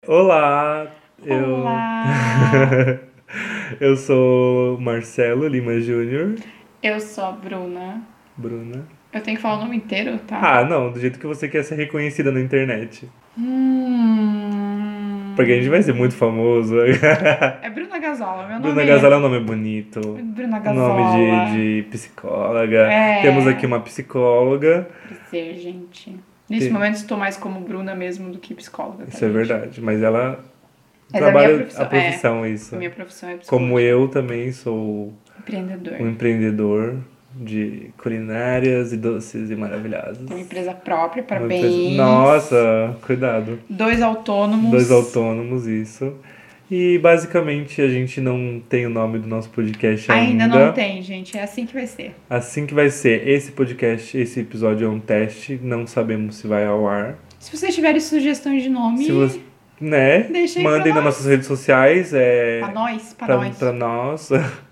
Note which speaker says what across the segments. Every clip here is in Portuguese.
Speaker 1: Olá,
Speaker 2: Olá!
Speaker 1: eu sou Marcelo Lima Júnior.
Speaker 2: Eu sou a Bruna.
Speaker 1: Bruna.
Speaker 2: Eu tenho que falar o nome inteiro, tá?
Speaker 1: Ah, não, do jeito que você quer ser reconhecida na internet. Porque a gente
Speaker 2: Hum...
Speaker 1: vai ser muito famoso.
Speaker 2: É Bruna Gazola, meu
Speaker 1: Bruna
Speaker 2: nome
Speaker 1: Gasal é um
Speaker 2: é
Speaker 1: nome bonito.
Speaker 2: Bruna
Speaker 1: Um nome
Speaker 2: Gazola.
Speaker 1: de psicóloga. Temos aqui
Speaker 2: É...
Speaker 1: uma psicóloga.
Speaker 2: Prazer, gente. Nesse
Speaker 1: Que...
Speaker 2: momento estou mais como Bruna mesmo do que psicóloga, tá,
Speaker 1: Isso é
Speaker 2: gente?
Speaker 1: verdade, mas ela
Speaker 2: Mas a minha
Speaker 1: trabalha a
Speaker 2: profissão
Speaker 1: profissão,
Speaker 2: a
Speaker 1: isso.
Speaker 2: minha profissão é
Speaker 1: Como
Speaker 2: psicologia.
Speaker 1: eu também sou
Speaker 2: Empreendedor.
Speaker 1: um empreendedor de culinárias e doces e maravilhosos.
Speaker 2: Tenho uma empresa própria,
Speaker 1: Uma empresa...
Speaker 2: parabéns.
Speaker 1: Nossa, cuidado.
Speaker 2: 2 autônomos.
Speaker 1: 2 autônomos, isso. E basicamente a gente não tem o nome do nosso podcast
Speaker 2: Ainda não
Speaker 1: ainda.
Speaker 2: tem, gente. É assim que vai ser.
Speaker 1: Assim que vai ser esse podcast, esse episódio é um teste, não sabemos se vai ao ar.
Speaker 2: Se vocês tiverem sugestões de nome,
Speaker 1: Se você, né,
Speaker 2: deixa aí
Speaker 1: mandem
Speaker 2: pra
Speaker 1: nas
Speaker 2: nós.
Speaker 1: nossas redes sociais,
Speaker 2: Pra nós, pra
Speaker 1: pra,
Speaker 2: nós.
Speaker 1: pra nós.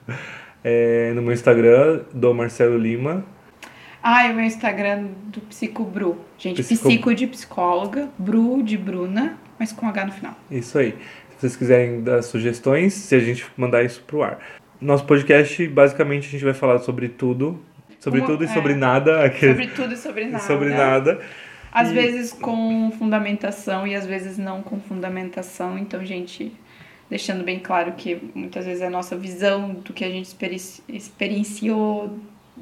Speaker 1: No meu Instagram, do Marcelo Lima.
Speaker 2: E o meu Instagram do Psicobru. Gente, psico de psicóloga, Bru de Bruna, mas com H no final.
Speaker 1: Isso aí. Se vocês quiserem dar sugestões, se a gente mandar isso pro ar. Nosso podcast, basicamente, a gente vai falar sobre tudo. Sobre tudo e sobre nada.
Speaker 2: Sobre tudo e sobre nada.
Speaker 1: Sobre nada.
Speaker 2: Às vezes com fundamentação e às vezes não com fundamentação. Então, gente, deixando bem claro que muitas vezes é a nossa visão do que a gente experienciou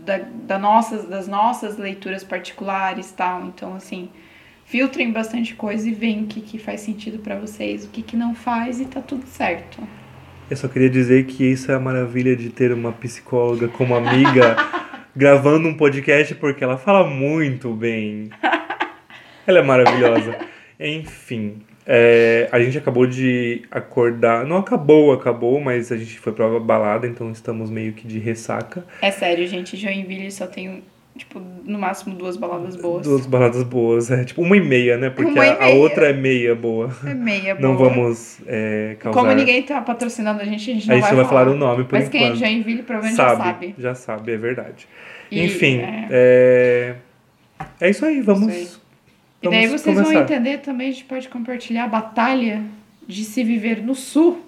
Speaker 2: das nossas leituras particulares e tal. Então, assim, filtrem bastante coisa e veem o que faz sentido pra vocês, o que não faz e tá tudo certo.
Speaker 1: Eu só queria dizer que isso é a maravilha de ter uma psicóloga como amiga gravando um podcast, porque ela fala muito bem. Ela é maravilhosa. Enfim, a gente acabou de acordar. Não acabou, mas a gente foi pra balada, então estamos meio que de ressaca.
Speaker 2: É sério, gente, Joinville só tem, tipo, no máximo 2 baladas boas.
Speaker 1: 2 baladas boas, tipo 1,5, né? Porque
Speaker 2: 1,5.
Speaker 1: a outra é meia boa.
Speaker 2: É meia boa.
Speaker 1: Não vamos causar...
Speaker 2: Como ninguém tá patrocinando a gente não
Speaker 1: vai falar o nome por
Speaker 2: Mas
Speaker 1: enquanto.
Speaker 2: quem é de Joinville provavelmente já sabe.
Speaker 1: Já sabe, é verdade.
Speaker 2: E,
Speaker 1: enfim, é isso aí, vamos...
Speaker 2: Isso aí. E daí vocês
Speaker 1: começar.
Speaker 2: vão entender também, a gente pode compartilhar a batalha de se viver no sul.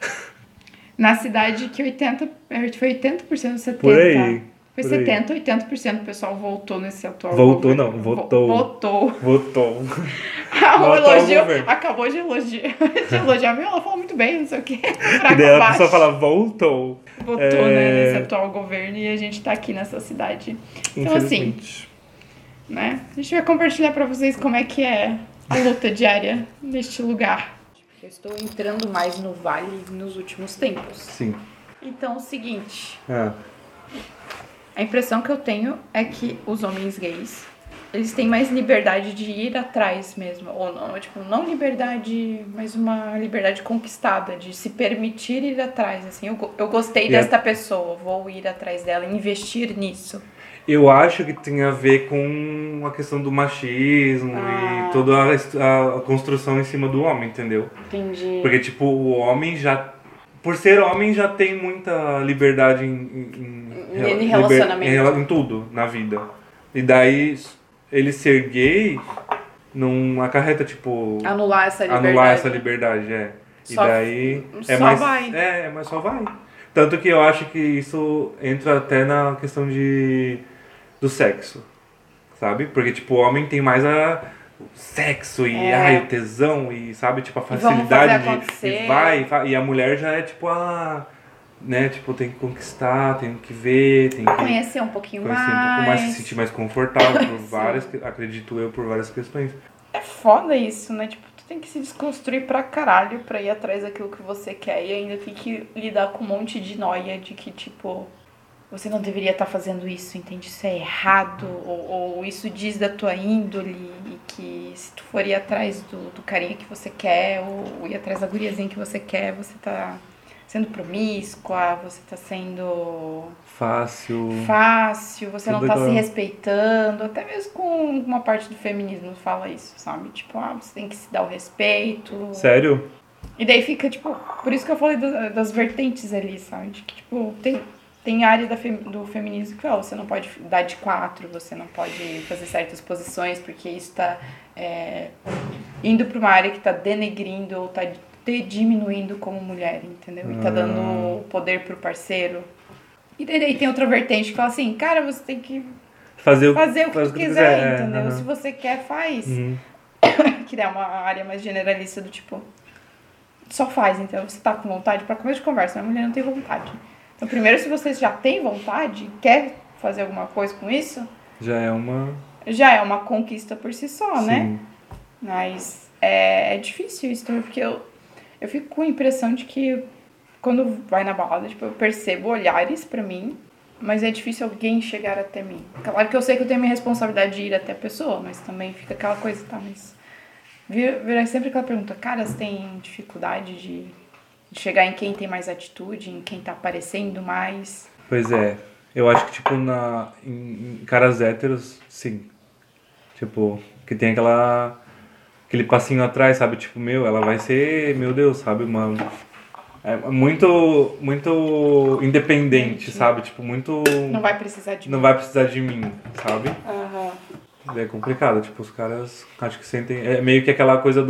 Speaker 2: Na cidade que foi 80% ou 70%.
Speaker 1: Por aí.
Speaker 2: Foi 70%, 80% o pessoal voltou nesse atual
Speaker 1: Voltou
Speaker 2: governo.
Speaker 1: não, votou.
Speaker 2: Votou.
Speaker 1: O
Speaker 2: elogio, acabou de elogiar. Ela falou muito bem, não sei o quê.
Speaker 1: E daí a pessoa fala, voltou.
Speaker 2: Votou, né, nesse atual governo e a gente tá aqui nessa cidade. Então, assim, né, a gente vai compartilhar pra vocês como é que é a luta diária neste lugar. Eu estou entrando mais no vale nos últimos tempos.
Speaker 1: Sim.
Speaker 2: Então, o seguinte... A impressão que eu tenho é que os homens gays, eles têm mais liberdade de ir atrás mesmo. Ou não, tipo, não liberdade, mas uma liberdade conquistada, de se permitir ir atrás. Assim, eu gostei desta pessoa, vou ir atrás dela, investir nisso.
Speaker 1: Eu acho que tem a ver com a questão do machismo e toda a construção em cima do homem, entendeu?
Speaker 2: Entendi.
Speaker 1: Porque, tipo, o homem já... Por ser homem, já tem muita liberdade em relacionamento. Em tudo na vida. E daí, ele ser gay não acarreta, tipo...
Speaker 2: Anular essa
Speaker 1: liberdade, E
Speaker 2: só,
Speaker 1: daí...
Speaker 2: Só vai.
Speaker 1: Mas só vai. Tanto que eu acho que isso entra até na questão do sexo, sabe? Porque, tipo, o homem tem mais o sexo e o tesão e, sabe, tipo, a facilidade de vai, e a mulher já é, tipo, né, tipo, tem que conquistar, tem que ver, tem que
Speaker 2: conhecer um pouquinho mais,
Speaker 1: se sentir mais confortável por várias, acredito eu, por várias questões.
Speaker 2: É foda isso, né? Tipo, tu tem que se desconstruir pra caralho pra ir atrás daquilo que você quer e ainda tem que lidar com um monte de noia de que, tipo, você não deveria estar fazendo isso, entende? Isso é errado, ou isso diz da tua índole, e que se tu for ir atrás do carinha que você quer, ou ir atrás da guriazinha que você quer, você tá sendo promíscua, você tá sendo...
Speaker 1: Fácil,
Speaker 2: você não tá se respeitando, até mesmo com uma parte do feminismo fala isso, sabe? Tipo, você tem que se dar o respeito.
Speaker 1: Sério?
Speaker 2: E daí fica, tipo, por isso que eu falei das vertentes ali, sabe? De que, tipo, Tem área do feminismo que fala, você não pode dar de 4, você não pode fazer certas posições, porque isso tá indo pra uma área que tá denegrindo ou tá te diminuindo como mulher, entendeu? E tá dando poder pro parceiro. E daí tem outra vertente que fala assim, cara, você tem que fazer o que tu quiser, entendeu? Se você quer, faz. Que é uma área mais generalista do tipo, só faz, então você tá com vontade, pra começo de conversa, a mulher não tem vontade. Então, primeiro, se você já tem vontade, quer fazer alguma coisa com isso,
Speaker 1: já é uma
Speaker 2: conquista por si só,
Speaker 1: Sim.
Speaker 2: né? Mas é difícil isso também, porque eu fico com a impressão de que quando vai na balada, tipo, eu percebo olhares pra mim, mas é difícil alguém chegar até mim. Claro que eu sei que eu tenho a minha responsabilidade de ir até a pessoa, mas também fica aquela coisa, tá, mas... Vira sempre aquela pergunta, cara, você tem dificuldade de chegar em quem tem mais atitude, em quem tá aparecendo mais?
Speaker 1: Pois é, eu acho que, tipo, em caras héteros, sim. Tipo, que tem aquele passinho atrás, sabe? Tipo, ela vai ser, meu Deus, sabe? Muito, muito independente, sabe? Tipo, muito...
Speaker 2: Não vai precisar de mim.
Speaker 1: Não vai precisar de mim, sabe?
Speaker 2: Aham.
Speaker 1: É complicado, tipo, os caras acho que sentem... É meio que aquela coisa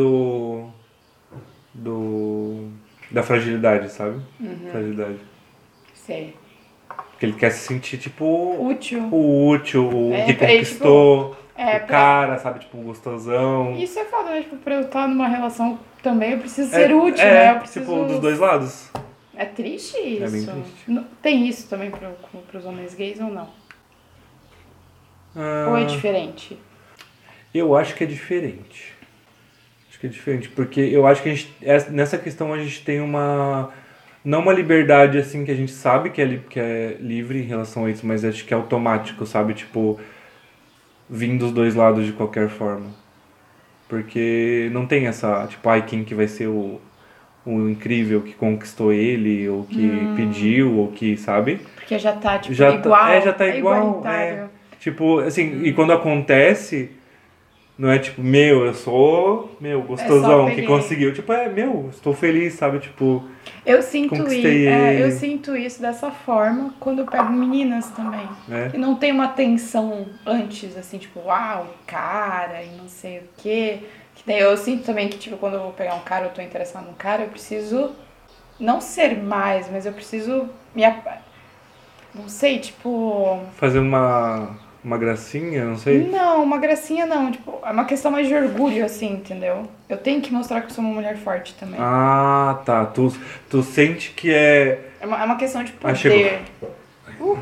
Speaker 1: da fragilidade, sabe? Fragilidade.
Speaker 2: Sei.
Speaker 1: Porque ele quer se sentir, tipo...
Speaker 2: Útil.
Speaker 1: O útil, o que conquistou, o cara, sabe? Tipo, o gostosão.
Speaker 2: Isso é foda, né? Tipo, pra eu estar numa relação também, eu preciso ser útil, né? Eu preciso...
Speaker 1: tipo, dos dois lados.
Speaker 2: É triste isso.
Speaker 1: É bem triste.
Speaker 2: Tem isso também pros homens gays ou não? Ou é diferente?
Speaker 1: Eu acho que é diferente. Acho que é diferente, porque eu acho que nessa questão a gente tem não uma liberdade assim que a gente sabe que é livre em relação a isso, mas acho que é automático, sabe? Tipo, vindo dos dois lados de qualquer forma. Porque não tem essa, tipo, quem que vai ser o incrível que conquistou ele, ou que pediu, ou que, sabe?
Speaker 2: Porque já tá, tipo, igual.
Speaker 1: Já tá igual. Tipo, assim, e quando acontece, não é tipo, eu sou, gostosão, que conseguiu. Tipo, estou feliz, sabe? Tipo,
Speaker 2: eu sinto
Speaker 1: conquistei
Speaker 2: isso.
Speaker 1: ele.
Speaker 2: Eu sinto isso dessa forma quando eu pego meninas também. Que não tem uma tensão antes, assim, tipo, uau, cara, e não sei o quê. Que daí eu sinto também que, tipo, quando eu vou pegar um cara, eu tô interessado num cara, eu preciso não ser mais, mas eu preciso não sei, tipo...
Speaker 1: Fazer uma gracinha, não sei?
Speaker 2: Não, uma gracinha não, tipo, é uma questão mais de orgulho, assim, entendeu? Eu tenho que mostrar que eu sou uma mulher forte também.
Speaker 1: Ah, tá. Tu sente que é...
Speaker 2: É uma questão de poder.
Speaker 1: Chegou.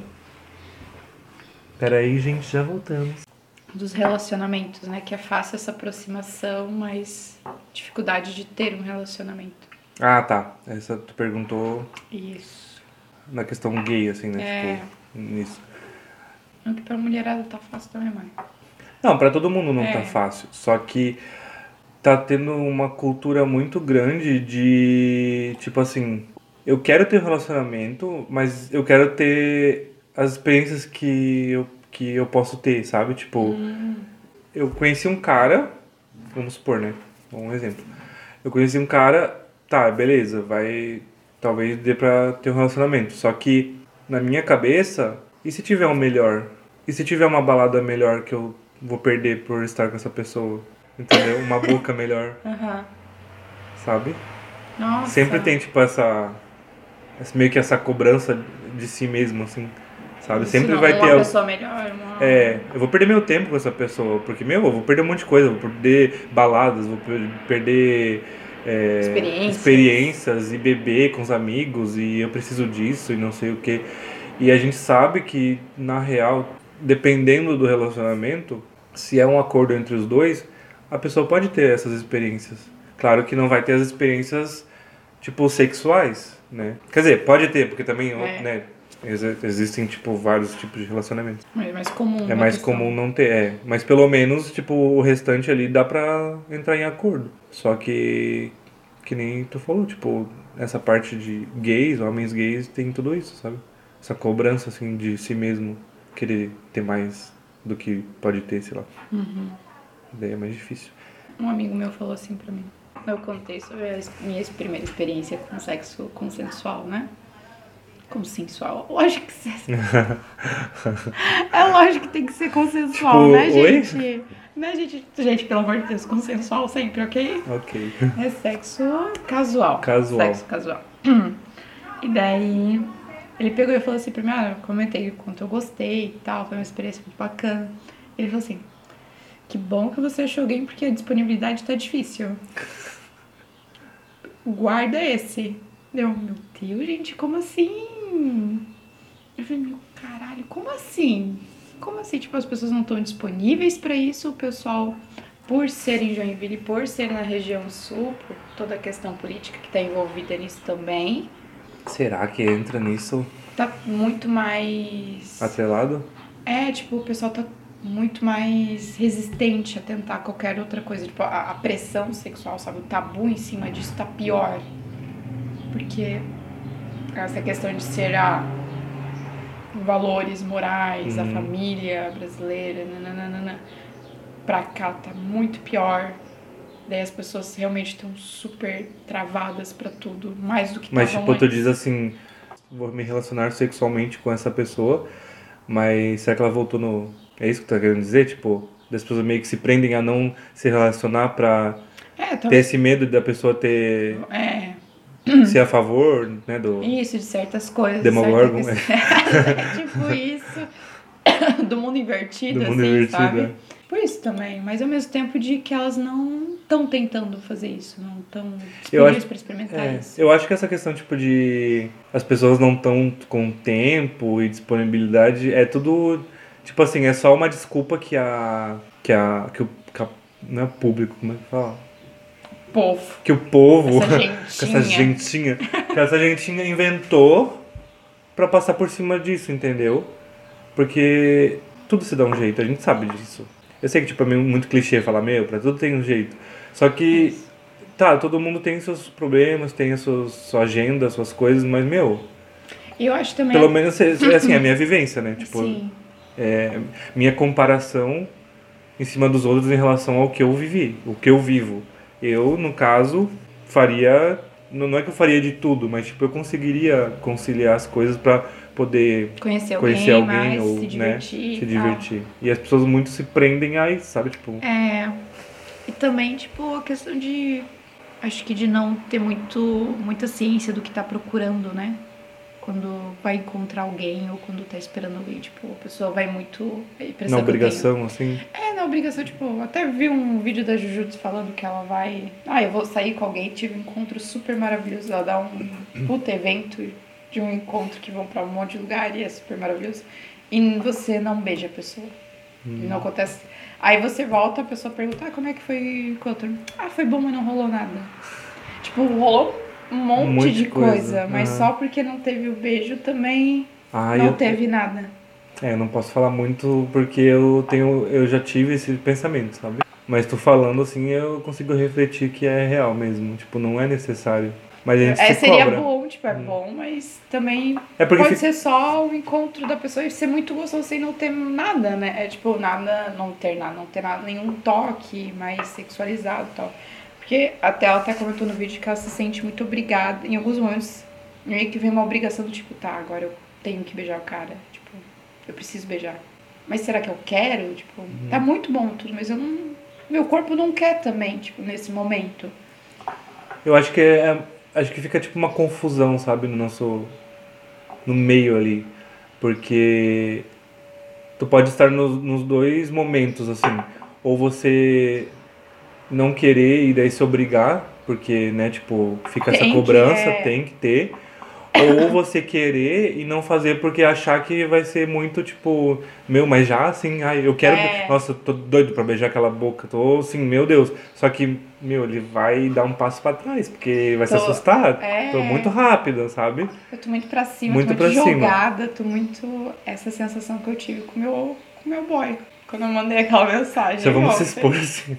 Speaker 1: Peraí, gente, já voltamos.
Speaker 2: Dos relacionamentos, né? Que é fácil essa aproximação, mas dificuldade de ter um relacionamento.
Speaker 1: Ah, tá. Essa tu perguntou...
Speaker 2: Isso.
Speaker 1: Na questão gay, assim, né? Tipo, nisso.
Speaker 2: Não que pra mulherada tá fácil também, mãe.
Speaker 1: Não, pra todo mundo não tá fácil. Só que tá tendo uma cultura muito grande de, tipo assim, eu quero ter um relacionamento, mas eu quero ter as experiências que eu posso ter, sabe? Tipo, eu conheci um cara, vamos supor, né? Um exemplo. Eu conheci um cara, tá, beleza, talvez dê pra ter um relacionamento. Só que, na minha cabeça, e se tiver um melhor? E se tiver uma balada melhor que eu vou perder por estar com essa pessoa? Entendeu? Uma boca melhor. Sabe?
Speaker 2: Nossa.
Speaker 1: Sempre tem, tipo, meio que essa cobrança de si mesmo, assim. Sabe? Sempre vai ter...
Speaker 2: Uma pessoa melhor,
Speaker 1: eu vou perder meu tempo com essa pessoa. Porque, eu vou perder um monte de coisa. Vou perder baladas, vou perder... experiências e beber com os amigos e eu preciso disso e não sei o que. E a gente sabe que, na real, dependendo do relacionamento, se é um acordo entre os dois, a pessoa pode ter essas experiências. Claro que não vai ter as experiências, tipo, sexuais, né? Quer dizer, pode ter, porque também, né, existem, tipo, vários tipos de relacionamentos.
Speaker 2: É mais comum.
Speaker 1: É mais comum não ter, Mas pelo menos, tipo, o restante ali dá pra entrar em acordo. Só que nem tu falou, tipo, essa parte de gays, homens gays, tem tudo isso, sabe? Essa cobrança, assim, de si mesmo, querer ter mais do que pode ter, sei lá. Daí é mais difícil.
Speaker 2: Um amigo meu falou assim pra mim. Eu contei sobre a minha primeira experiência com sexo consensual, né? Consensual. Lógico que é lógico que tem que ser consensual,
Speaker 1: Tipo,
Speaker 2: né,
Speaker 1: oi?
Speaker 2: gente? Né, gente? Gente, pelo amor de Deus, consensual sempre, ok?
Speaker 1: Ok.
Speaker 2: É sexo casual.
Speaker 1: Casual.
Speaker 2: Sexo casual. E daí, ele pegou e falou assim pra mim, eu comentei o quanto eu gostei e tal, foi uma experiência muito bacana. Ele falou assim, que bom que você achou alguém porque a disponibilidade tá difícil. Guarda esse. Meu Deus, gente, como assim? Eu falei, meu caralho, como assim? Como assim? Tipo, as pessoas não estão disponíveis pra isso, o pessoal, por ser em Joinville, por ser na região sul, por toda a questão política que tá envolvida nisso também,
Speaker 1: Será que entra nisso
Speaker 2: tá muito mais...
Speaker 1: atrelado?
Speaker 2: tipo, o pessoal tá muito mais resistente a tentar qualquer outra coisa. Tipo, a pressão sexual, sabe? O tabu em cima disso tá pior. Porque essa questão de ser valores morais, a família brasileira, nananana, pra cá tá muito pior. Daí as pessoas realmente estão super travadas pra tudo, mais do que
Speaker 1: Mas
Speaker 2: estavam
Speaker 1: tipo, tu
Speaker 2: antes.
Speaker 1: diz assim, vou me relacionar sexualmente com essa pessoa, mas será que ela voltou no... É isso que tu tá querendo dizer? Tipo, das pessoas meio que se prendem a não se relacionar pra ter
Speaker 2: Talvez...
Speaker 1: esse medo da pessoa ter... ser a favor, né, do
Speaker 2: Isso, de certas coisas.
Speaker 1: Demogorgon,
Speaker 2: É tipo isso. Do mundo invertido,
Speaker 1: do mundo
Speaker 2: assim,
Speaker 1: invertido,
Speaker 2: sabe?
Speaker 1: é.
Speaker 2: Por isso também. Mas ao mesmo tempo de que elas não estão tentando fazer isso. Não estão
Speaker 1: Eu
Speaker 2: disponíveis
Speaker 1: acho,
Speaker 2: pra experimentar isso.
Speaker 1: eu acho que essa questão, tipo, de as pessoas não estão com tempo e disponibilidade, é tudo, tipo assim, é só uma desculpa que não é público, como é que fala?
Speaker 2: Povo.
Speaker 1: Que o povo,
Speaker 2: Essa
Speaker 1: que essa gentinha inventou pra passar por cima disso, entendeu? Porque tudo se dá um jeito, a gente sabe disso. Eu sei que, tipo, é muito clichê falar, pra tudo tem um jeito. Só que, tá, todo mundo tem seus problemas, tem a sua agenda, suas coisas, mas,
Speaker 2: E eu acho também...
Speaker 1: pelo menos, é assim, é a minha vivência, né? Tipo,
Speaker 2: Sim.
Speaker 1: minha comparação em cima dos outros em relação ao que eu vivi, o que eu vivo. Eu, no caso, faria... Não é que eu faria de tudo, mas, tipo, eu conseguiria conciliar as coisas pra poder
Speaker 2: Conhecer
Speaker 1: alguém
Speaker 2: mais,
Speaker 1: ou,
Speaker 2: se divertir
Speaker 1: né, se
Speaker 2: e tal.
Speaker 1: divertir. E as pessoas muito se prendem a isso, sabe? Tipo,
Speaker 2: E também, tipo, a questão de... Acho que de não ter muita ciência do que tá procurando, né? Quando vai encontrar alguém ou quando tá esperando alguém, tipo, a pessoa vai muito... A impressão
Speaker 1: na
Speaker 2: que eu tenho.
Speaker 1: obrigação, assim.
Speaker 2: Na obrigação, tipo, até vi um vídeo da Jujutsu falando que ela vai... eu vou sair com alguém, tive um encontro super maravilhoso. Ela dá um puta evento de um encontro que vão pra um monte de lugar e é super maravilhoso. E você não beija a pessoa. Não acontece... Aí você volta, a pessoa pergunta, como é que foi com o outro? Foi bom, mas não rolou nada. Tipo, rolou um monte de coisa, mas só porque não teve o beijo também não teve nada.
Speaker 1: Eu não posso falar muito porque eu já tive esse pensamento, sabe? Mas tô falando assim, eu consigo refletir que é real mesmo, tipo, não é necessário. Mas a gente se
Speaker 2: seria
Speaker 1: cobra.
Speaker 2: bom, tipo, é bom, mas também
Speaker 1: porque
Speaker 2: pode ser só o encontro da pessoa e ser muito gostoso sem não ter nada, né? Tipo, não ter nada, nenhum toque mais sexualizado e tal. Porque até ela até comentou no vídeo que ela se sente muito obrigada. Em alguns momentos, meio que vem uma obrigação do tipo, agora eu tenho que beijar o cara. Tipo, eu preciso beijar. Mas será que eu quero? Tipo, tá muito bom tudo, mas eu não... Meu corpo não quer também, tipo, nesse momento.
Speaker 1: Eu acho que acho que fica tipo uma confusão, sabe, no meio ali, porque tu pode estar nos dois momentos, assim, ou você não querer e daí se obrigar, porque, né, tipo, fica essa cobrança, tem que ter, ou você querer e não fazer porque achar que vai ser muito, tipo, mas já assim, eu quero, nossa, eu tô doido pra beijar aquela boca, tô assim, meu Deus, só que, ele vai dar um passo pra trás, porque vai se assustar, tô muito rápido, sabe?
Speaker 2: Eu tô muito pra cima,
Speaker 1: muito
Speaker 2: tô muito jogada, tô muito, essa sensação que eu tive com o meu boy, quando eu mandei aquela mensagem.
Speaker 1: Já vamos se expor assim.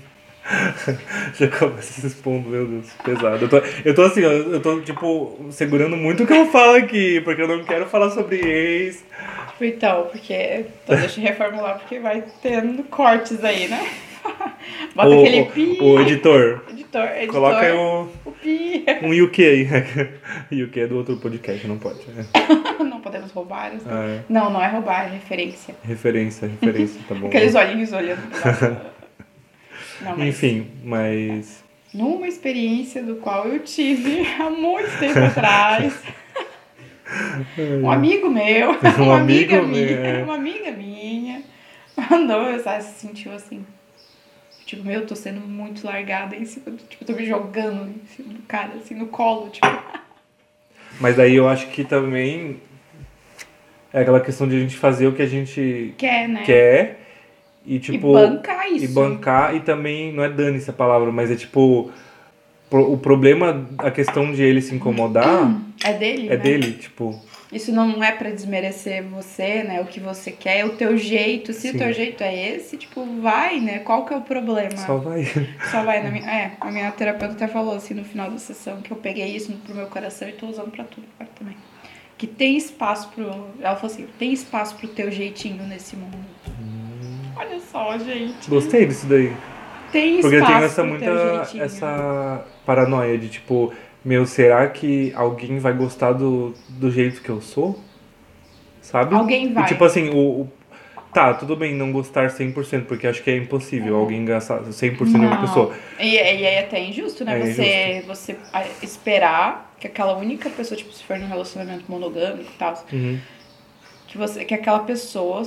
Speaker 1: Já começa se expondo, meu Deus, pesado. Eu tô assim, eu tô tipo segurando muito o que eu falo aqui, porque eu não quero falar sobre ex.
Speaker 2: Então, porque deixa eu reformular, porque vai tendo cortes aí, né? Bota aquele pi.
Speaker 1: O editor.
Speaker 2: Editor.
Speaker 1: Coloca aí
Speaker 2: o pi.
Speaker 1: um UK aí. UK é do outro podcast, não pode. Né?
Speaker 2: Não podemos roubar. Não é roubar, é referência.
Speaker 1: Referência, tá bom.
Speaker 2: Aqueles olhinhos olhando. Não, mas...
Speaker 1: Enfim, mas...
Speaker 2: Numa experiência do qual eu tive há muito tempo atrás... Um amigo meu, uma amiga minha, mandou mensagem, se sentiu assim, tipo, eu tô sendo muito largada em cima, tipo, tô me jogando em cima do cara, assim, no colo, tipo.
Speaker 1: Mas daí eu acho que também é aquela questão de a gente fazer o que a gente
Speaker 2: quer, né?
Speaker 1: E, tipo...
Speaker 2: E bancar isso.
Speaker 1: E bancar, e também, não é dane-se a palavra, mas é tipo... O problema, a questão de ele se incomodar...
Speaker 2: É dele,
Speaker 1: É
Speaker 2: né?
Speaker 1: dele, tipo...
Speaker 2: Isso não é pra desmerecer você, né? O que você quer, é o teu jeito. Se
Speaker 1: Sim.
Speaker 2: o teu jeito é esse, tipo, vai, né? Qual que é o problema?
Speaker 1: Só vai.
Speaker 2: Só vai. A minha terapeuta até falou assim no final da sessão que eu peguei isso pro meu coração e tô usando pra tudo agora também. Que tem espaço pro... Ela falou assim, tem espaço pro teu jeitinho nesse mundo. Olha só, gente.
Speaker 1: Gostei disso daí.
Speaker 2: Tem
Speaker 1: porque
Speaker 2: espaço
Speaker 1: eu tenho essa paranoia de tipo... Meu, será que alguém vai gostar do jeito que eu sou? Sabe?
Speaker 2: Alguém vai.
Speaker 1: E tipo assim, tá, tudo bem não gostar 100%, porque acho que é impossível alguém gostar 100% de uma pessoa.
Speaker 2: E é até injusto, né? Você esperar que aquela única pessoa, tipo, se for num relacionamento monogâmico e tal, que aquela pessoa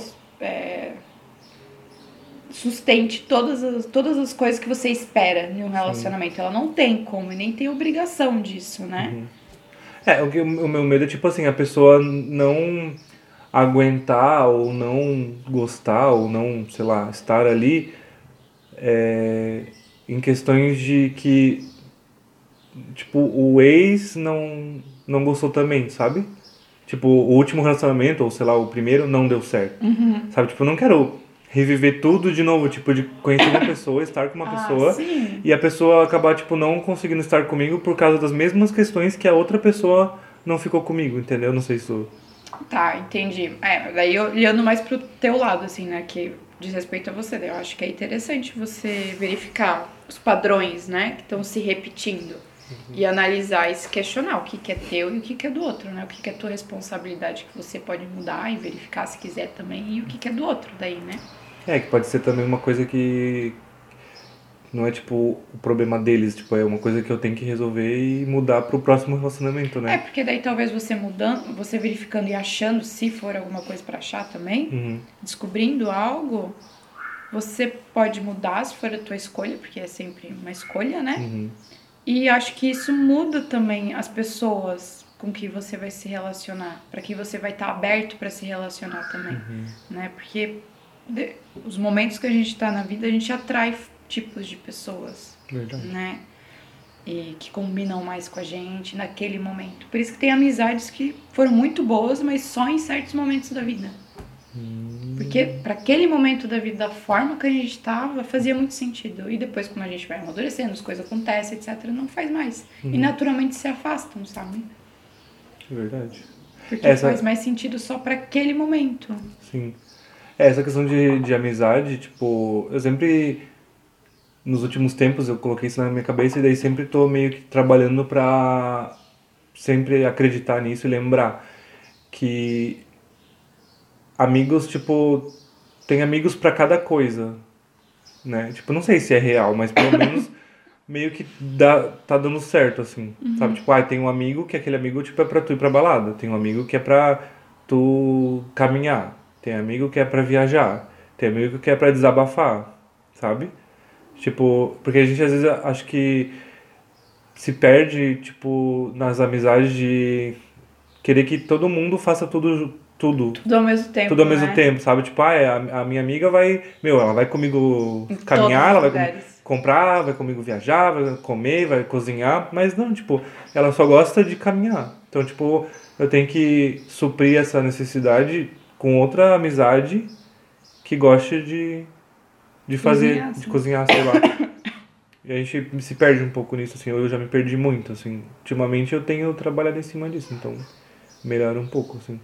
Speaker 2: sustente todas as coisas que você espera em um relacionamento. Sim. Ela não tem como e nem tem obrigação disso, né?
Speaker 1: O meu medo é tipo assim, a pessoa não aguentar ou não gostar ou não, sei lá, estar ali em questões de que tipo, o ex não gostou também, sabe? Tipo, o último relacionamento, ou sei lá, o primeiro não deu certo. Sabe? Tipo, eu não quero reviver tudo de novo, tipo, de conhecer uma pessoa, estar com uma pessoa,
Speaker 2: sim.
Speaker 1: E a pessoa acabar, tipo, não conseguindo estar comigo por causa das mesmas questões que a outra pessoa não ficou comigo, entendeu? Não sei se tu...
Speaker 2: Tá, entendi. Daí eu olhando mais pro teu lado, assim, né, que diz respeito a você, daí eu acho que é interessante você verificar os padrões, né, que estão se repetindo e analisar e se questionar o que é teu e o que é do outro, né, o que é tua responsabilidade que você pode mudar e verificar se quiser também e o que é do outro daí, né.
Speaker 1: Que pode ser também uma coisa que não é, tipo, o problema deles, tipo, é uma coisa que eu tenho que resolver e mudar pro próximo relacionamento, né?
Speaker 2: Porque daí talvez você mudando, você verificando e achando, se for alguma coisa pra achar também, descobrindo algo, você pode mudar se for a tua escolha, porque é sempre uma escolha, né? E acho que isso muda também as pessoas com que você vai se relacionar, para que você vai estar aberto para se relacionar também, né? Porque os momentos que a gente tá na vida, a gente atrai tipos de pessoas,
Speaker 1: Verdade.
Speaker 2: Né? E que combinam mais com a gente naquele momento. Por isso que tem amizades que foram muito boas, mas só em certos momentos da vida. Porque para aquele momento da vida, da forma que a gente estava, fazia muito sentido. E depois, como a gente vai amadurecendo, as coisas acontecem, etc., não faz mais. E naturalmente se afastam, sabe?
Speaker 1: Verdade.
Speaker 2: Porque faz mais sentido só para aquele momento.
Speaker 1: Sim. Essa questão de amizade, tipo, eu sempre, nos últimos tempos, eu coloquei isso na minha cabeça e daí sempre tô meio que trabalhando pra sempre acreditar nisso e lembrar que amigos, tipo, tem amigos pra cada coisa, né? Tipo, não sei se é real, mas pelo menos meio que tá dando certo, assim, sabe? Tipo, tem um amigo que aquele amigo, tipo, é pra tu ir pra balada, tem um amigo que é pra tu caminhar, tem amigo que é pra viajar, tem amigo que é pra desabafar, sabe? Tipo, porque a gente às vezes acho que se perde, tipo, nas amizades de querer que todo mundo faça tudo
Speaker 2: ao mesmo tempo,
Speaker 1: tudo ao mesmo tempo, sabe? Tipo, a minha amiga vai, ela vai comigo caminhar, ela vai comprar, vai comigo viajar, vai comer, vai cozinhar, mas não, tipo, ela só gosta de caminhar. Então, tipo, eu tenho que suprir essa necessidade com outra amizade que goste de fazer,
Speaker 2: cozinhar,
Speaker 1: de cozinhar, sei lá. E a gente se perde um pouco nisso, assim, eu já me perdi muito, assim. Ultimamente eu tenho trabalhado em cima disso, então melhora um pouco, assim.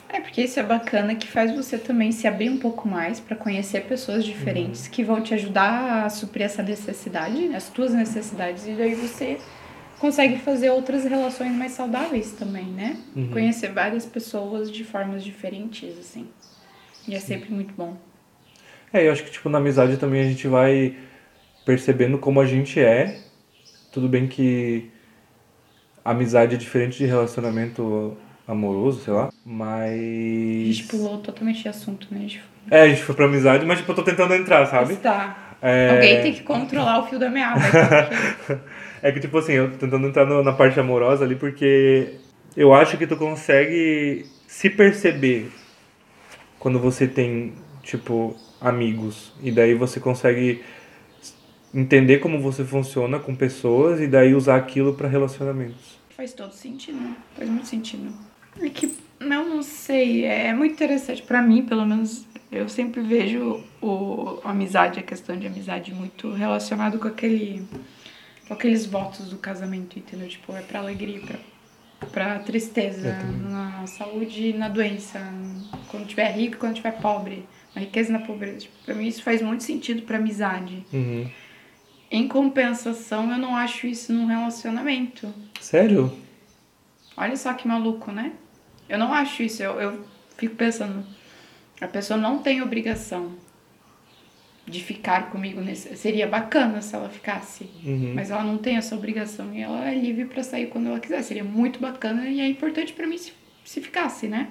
Speaker 2: É, porque isso é bacana que faz você também se abrir um pouco mais pra conhecer pessoas diferentes que vão te ajudar a suprir essa necessidade, né, as tuas necessidades, e daí você consegue fazer outras relações mais saudáveis também, né? Conhecer várias pessoas de formas diferentes, assim. E é sempre muito bom.
Speaker 1: Eu acho que, tipo, na amizade também a gente vai percebendo como a gente é. Tudo bem que amizade é diferente de relacionamento amoroso, sei lá, mas...
Speaker 2: A gente pulou totalmente de assunto, né?
Speaker 1: a gente foi pra amizade, mas, tipo, eu tô tentando entrar, sabe?
Speaker 2: Está. Alguém tem que controlar o fio da meada aqui.
Speaker 1: É que, tipo assim, eu tô tentando entrar na parte amorosa ali, porque eu acho que tu consegue se perceber quando você tem, tipo, amigos. E daí você consegue entender como você funciona com pessoas e daí usar aquilo pra relacionamentos.
Speaker 2: Faz todo sentido, né? Faz muito sentido. É que, eu não sei, é muito interessante. Pra mim, pelo menos, eu sempre vejo a amizade, a questão de amizade muito relacionado com aqueles votos do casamento, entendeu? Tipo, é pra alegria, pra tristeza, na saúde e na doença, quando tiver rico e quando tiver pobre, na riqueza e na pobreza. Tipo, pra mim isso faz muito sentido pra amizade. Em compensação, eu não acho isso num relacionamento.
Speaker 1: Sério?
Speaker 2: Olha só que maluco, né? Eu não acho isso, eu fico pensando, a pessoa não tem obrigação de ficar comigo seria bacana se ela ficasse, mas ela não tem essa obrigação e ela é livre pra sair quando ela quiser. Seria muito bacana e é importante pra mim se ficasse, né?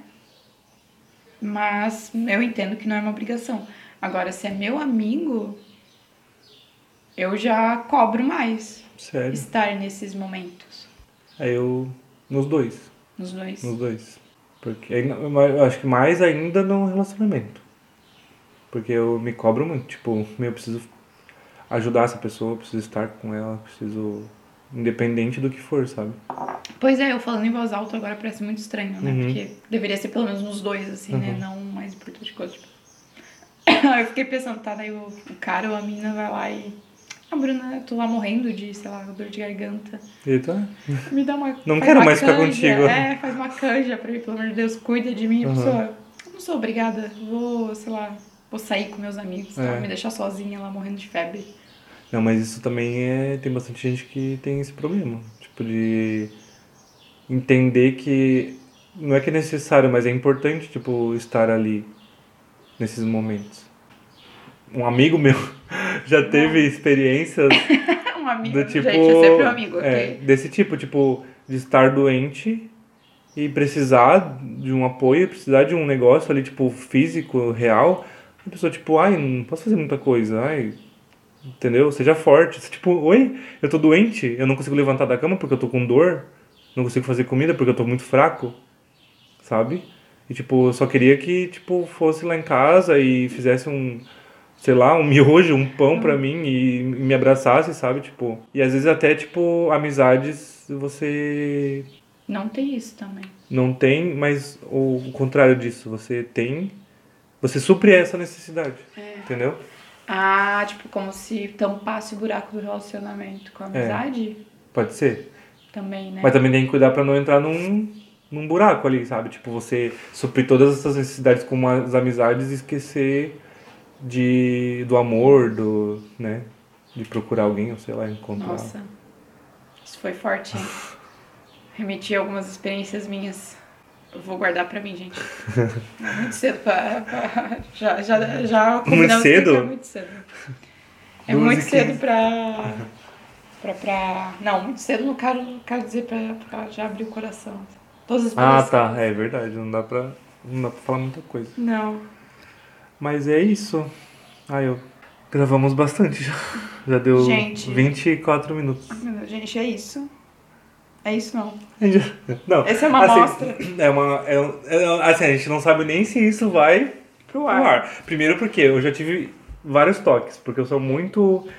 Speaker 2: Mas eu entendo que não é uma obrigação. Agora, se é meu amigo, eu já cobro mais.
Speaker 1: Sério?
Speaker 2: Estar nesses momentos.
Speaker 1: Eu... Nos dois.
Speaker 2: Nos dois.
Speaker 1: Nos dois. Porque eu acho que mais ainda no relacionamento. Porque eu me cobro muito. Tipo, eu preciso ajudar essa pessoa, eu preciso estar com ela, preciso... Independente do que for, sabe?
Speaker 2: Pois é, eu falando em voz alta agora parece muito estranho, né? Porque deveria ser pelo menos nos dois, assim, né? Não mais importante que o outro. Eu fiquei pensando, tá, daí o cara ou a mina vai lá e... Ah, Bruna, eu tô lá morrendo de, sei lá, dor de garganta.
Speaker 1: Eita.
Speaker 2: Me dá uma...
Speaker 1: Não quero mais ficar contigo.
Speaker 2: Faz uma canja pra mim, pelo amor de Deus, cuida de mim. A pessoa, eu não sou obrigada, vou, sei lá, vou sair com meus amigos, tá? Me deixar sozinha lá morrendo de febre.
Speaker 1: Não, mas isso também tem bastante gente que tem esse problema. Tipo, de entender que não é que é necessário, mas é importante, tipo, estar ali nesses momentos. Um amigo meu já teve experiências
Speaker 2: Um amigo,
Speaker 1: do tipo...
Speaker 2: gente, é sempre um amigo, ok?
Speaker 1: Desse tipo, de estar doente e precisar de um apoio, precisar de um negócio ali, tipo, físico, real. A pessoa, tipo, ai, não posso fazer muita coisa, ai... Entendeu? Seja forte. Tipo, oi, eu tô doente, eu não consigo levantar da cama porque eu tô com dor, não consigo fazer comida porque eu tô muito fraco, sabe? E, tipo, eu só queria que, tipo, fosse lá em casa e fizesse sei lá, um miojo, um pão pra mim e me abraçasse, sabe? Tipo, e às vezes até, tipo, amizades você
Speaker 2: Não tem isso também.
Speaker 1: não tem, mas o contrário disso, você tem, você supre essa necessidade, entendeu?
Speaker 2: Ah, tipo, como se tampasse o buraco do relacionamento com a amizade?
Speaker 1: Pode ser.
Speaker 2: Também, né?
Speaker 1: Mas também tem que cuidar pra não entrar num buraco ali, sabe? Tipo, você suprir todas essas necessidades com as amizades e esquecer do amor, né? De procurar alguém, ou sei lá, encontrar.
Speaker 2: Nossa, isso foi forte, hein? Remeti algumas experiências minhas. Eu vou guardar pra mim, gente. É muito cedo já
Speaker 1: Muito cedo?
Speaker 2: É muito cedo. É muito cedo pra... Não, muito cedo não quero dizer pra já abrir o coração. Todas as
Speaker 1: Ah, tá.
Speaker 2: experiências.
Speaker 1: É verdade. Não dá pra falar muita coisa.
Speaker 2: Não.
Speaker 1: Mas é isso. Gravamos bastante já. Já deu
Speaker 2: Gente.
Speaker 1: 24 minutos.
Speaker 2: Gente, é isso. É isso não.
Speaker 1: Não.
Speaker 2: Essa é uma amostra.
Speaker 1: Assim, a gente não sabe nem se isso vai
Speaker 2: Pro ar.
Speaker 1: Primeiro porque eu já tive vários toques, porque eu sou muito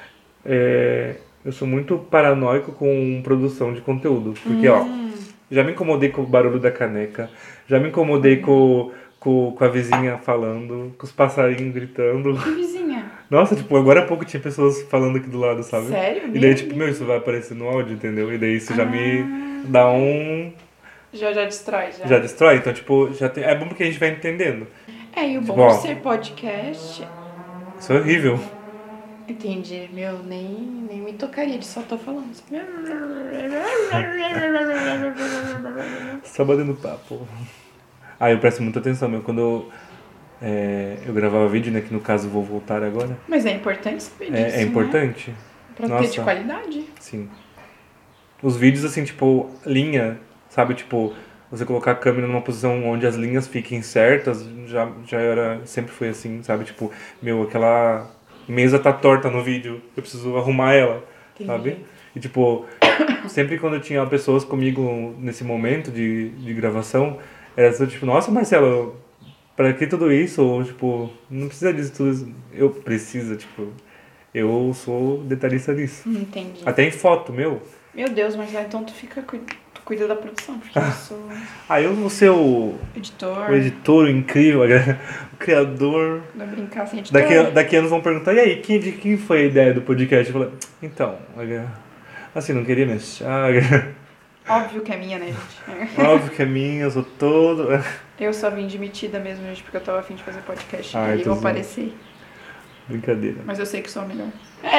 Speaker 1: paranoico com produção de conteúdo. Porque, já me incomodei com o barulho da caneca, já me incomodei com a vizinha falando, com os passarinhos gritando.
Speaker 2: Que vizinha?
Speaker 1: Nossa, tipo, agora há pouco tinha pessoas falando aqui do lado, sabe?
Speaker 2: Sério?
Speaker 1: E daí, tipo, isso vai aparecer no áudio, entendeu? E daí isso já me dá um
Speaker 2: Já destrói, já.
Speaker 1: Já destrói, então, tipo, já tem... É bom porque a gente vai entendendo.
Speaker 2: E o
Speaker 1: Tipo,
Speaker 2: bom
Speaker 1: ó,
Speaker 2: de ser podcast...
Speaker 1: Isso é horrível.
Speaker 2: Entendi, meu, nem me tocaria, só tô falando.
Speaker 1: Só batendo papo. Eu presto muita atenção, meu. Quando eu gravava vídeo, né? Que no caso vou voltar agora.
Speaker 2: Mas é importante saber disso,
Speaker 1: É importante.
Speaker 2: né? Pra ter de qualidade.
Speaker 1: Sim. Os vídeos, assim, tipo, linha, sabe? Tipo, você colocar a câmera numa posição onde as linhas fiquem certas, já era... Sempre foi assim, sabe? Tipo, meu, aquela mesa tá torta no vídeo, eu preciso arrumar ela, sabe? E, tipo, sempre quando eu tinha pessoas comigo nesse momento de gravação, era só, tipo, nossa, Marcelo, pra que tudo isso? Ou, tipo, não precisa disso tudo isso. Eu preciso, tipo... Eu sou detalhista nisso.
Speaker 2: Entendi.
Speaker 1: Até em foto, meu.
Speaker 2: Meu Deus, mas então tu cuida da produção, porque eu sou...
Speaker 1: Eu vou ser o editor incrível, o criador.
Speaker 2: Vai brincar assim, editor.
Speaker 1: Daqui anos vão perguntar, e aí, de quem foi a ideia do podcast? Eu falei, então, assim, não queria mexer.
Speaker 2: Óbvio que é minha, né, gente?
Speaker 1: Óbvio que é minha, eu sou todo...
Speaker 2: Eu só vim de metida mesmo, gente, porque eu tava afim de fazer podcast.
Speaker 1: Ai,
Speaker 2: E eu apareci.
Speaker 1: Brincadeira.
Speaker 2: Mas eu sei que sou a melhor.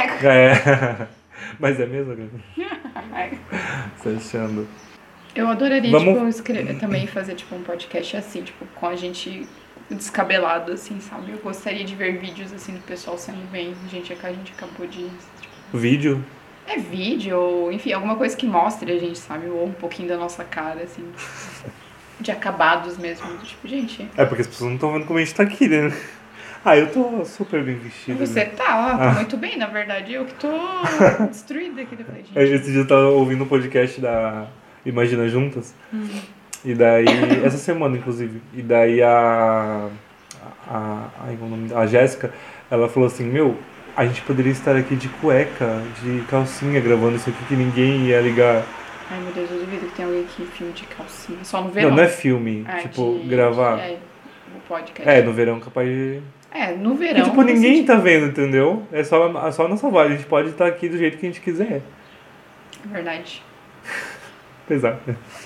Speaker 1: Mas é mesmo, Você achando?
Speaker 2: Eu adoraria, escrever, também fazer, um podcast assim, com a gente descabelado, assim, sabe? Eu gostaria de ver vídeos, assim, do pessoal saindo bem. Gente, a gente acabou de...
Speaker 1: Vídeo?
Speaker 2: É vídeo, ou, enfim, alguma coisa que mostre a gente, sabe? Ou um pouquinho da nossa cara, assim, de acabados mesmo. Gente...
Speaker 1: porque as pessoas não estão vendo como a gente tá aqui, né? Eu tô super bem vestido.
Speaker 2: Você tá muito bem, na verdade. Eu que tô destruída aqui depois, gente.
Speaker 1: Esse dia eu tava ouvindo um podcast da Imagina Juntas. E daí, essa semana, inclusive. E daí a Jéssica, ela falou assim, meu, a gente poderia estar aqui de cueca, de calcinha, gravando isso aqui que ninguém ia ligar.
Speaker 2: Ai, meu Deus, eu duvido que tem alguém que filme de calcinha. Só no verão.
Speaker 1: Não é filme. Gravar.
Speaker 2: O podcast.
Speaker 1: No verão capaz de...
Speaker 2: no verão.
Speaker 1: E, ninguém tá vendo, entendeu? É só a nossa voz. A gente pode estar aqui do jeito que a gente quiser.
Speaker 2: É verdade.
Speaker 1: Pesado.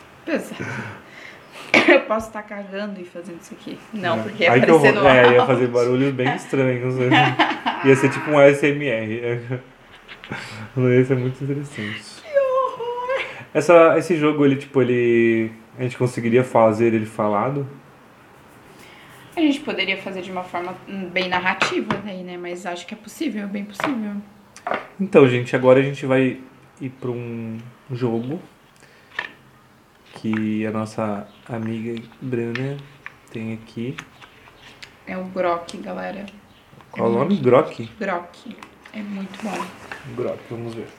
Speaker 2: Eu posso estar cagando e fazendo isso aqui. Não, porque ia aparecer no
Speaker 1: áudio. Ia fazer barulhos bem estranhos. Ia ser tipo um ASMR. Ia ser muito interessante.
Speaker 2: Que horror!
Speaker 1: Esse jogo, a gente conseguiria fazer ele falado?
Speaker 2: A gente poderia fazer de uma forma bem narrativa daí, né? Mas acho que é possível, bem possível.
Speaker 1: Então, gente, agora a gente vai ir para um jogo que a nossa amiga Bruna tem aqui.
Speaker 2: É o Grok, galera.
Speaker 1: Qual o nome? Grok?
Speaker 2: Grok. É muito bom.
Speaker 1: Grok, vamos ver.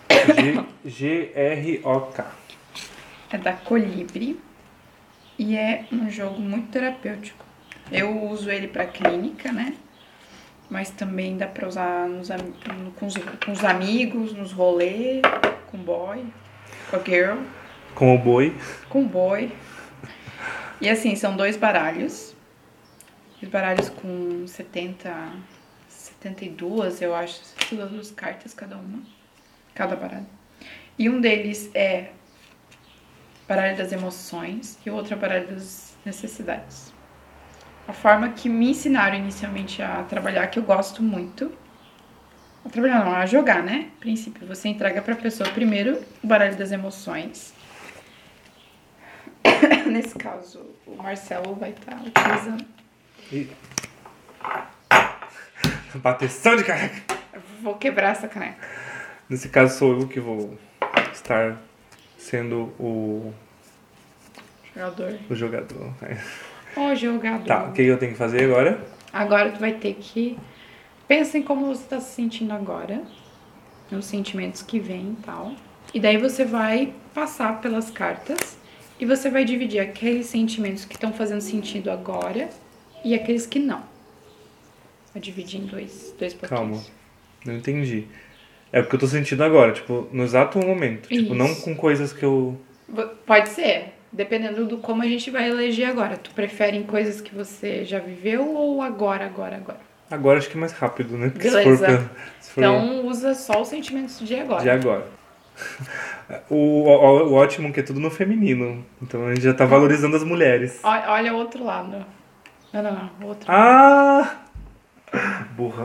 Speaker 1: Grok.
Speaker 2: É da Colibri e é um jogo muito terapêutico. Eu uso ele pra clínica, né? Mas também dá pra usar com os amigos, nos rolês, com o boy, com a girl.
Speaker 1: Com o boi.
Speaker 2: Com o boy. E assim, são 2 baralhos. Os baralhos com 72, eu acho. 72 cartas cada uma. Cada baralho. E um deles é baralho das emoções e o outro é baralho das necessidades. A forma que me ensinaram inicialmente a trabalhar, que eu gosto muito. A trabalhar não, a jogar, né? A princípio, você entrega pra pessoa primeiro o baralho das emoções. Nesse caso, o Marcelo vai estar utilizando.
Speaker 1: Bateção de caneca.
Speaker 2: Eu vou quebrar essa caneca.
Speaker 1: Nesse caso, sou eu que vou estar sendo o
Speaker 2: jogador.
Speaker 1: O jogador.
Speaker 2: O jogador.
Speaker 1: Tá, o que eu tenho que fazer agora?
Speaker 2: Agora tu vai ter que... Pensa em como você tá se sentindo agora. Os sentimentos que vêm e tal. E daí você vai passar pelas cartas. E você vai dividir aqueles sentimentos que estão fazendo sentido agora. E aqueles que não. Vai dividir em dois potinhos.
Speaker 1: Calma, não entendi. É o que eu tô sentindo agora, tipo, no exato momento.
Speaker 2: Isso.
Speaker 1: Tipo, não com coisas que eu...
Speaker 2: Pode ser. Dependendo do como a gente vai eleger agora. Tu prefere em coisas que você já viveu ou agora?
Speaker 1: Agora acho que é mais rápido, né? Porque
Speaker 2: Beleza.
Speaker 1: se for
Speaker 2: Então usa só os sentimentos de agora.
Speaker 1: De agora. O ótimo que é tudo no feminino. Então a gente já tá valorizando as mulheres.
Speaker 2: Olha o outro lado. Não, o outro.
Speaker 1: Ah! Burra.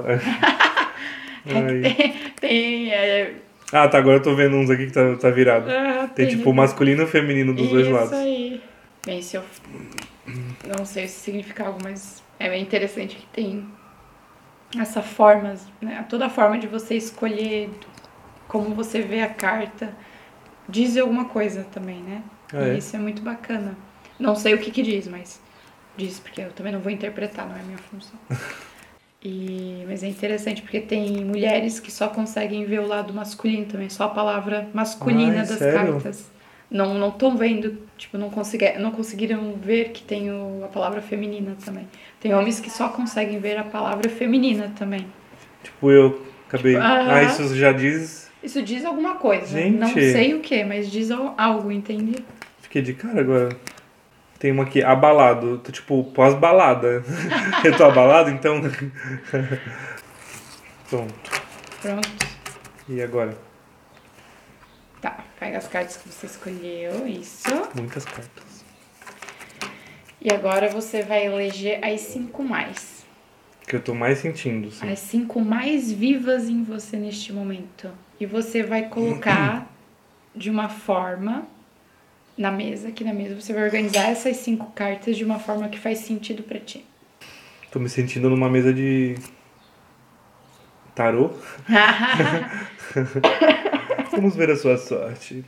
Speaker 1: Ai.
Speaker 2: Tem
Speaker 1: Ah, tá, agora eu tô vendo uns aqui que tá virado. Tem tipo o
Speaker 2: tem-
Speaker 1: masculino e o feminino dos dois lados.
Speaker 2: Isso aí. Bem, se eu não sei se significa algo, mas é bem interessante que tem essa forma, né? Toda a forma de você escolher como você vê a carta diz alguma coisa também, né? E isso é muito bacana. Não sei o que diz, mas diz, porque eu também não vou interpretar, não é minha função. Mas é interessante porque tem mulheres que só conseguem ver o lado masculino também, só a palavra masculina das
Speaker 1: sério?
Speaker 2: cartas. Não estão vendo, tipo, não conseguiram ver que tem a palavra feminina também. Tem homens que só conseguem ver a palavra feminina também.
Speaker 1: Tipo, eu acabei.
Speaker 2: Tipo,
Speaker 1: isso já diz.
Speaker 2: Isso diz alguma coisa.
Speaker 1: Gente.
Speaker 2: Não sei o que, mas diz algo, entende?
Speaker 1: Fiquei de cara agora. Tem uma aqui, abalado. Tô tipo, pós-balada. Eu tô abalado, então. Pronto. E agora?
Speaker 2: Tá, pega as cartas que você escolheu, isso.
Speaker 1: Muitas cartas.
Speaker 2: E agora você vai eleger as 5 mais.
Speaker 1: Que eu tô mais sentindo, sim.
Speaker 2: As 5 mais vivas em você neste momento. E você vai colocar de uma forma na mesa, aqui na mesa, você vai organizar essas 5 cartas de uma forma que faz sentido pra ti.
Speaker 1: Tô me sentindo numa mesa de tarô. Vamos ver a sua sorte.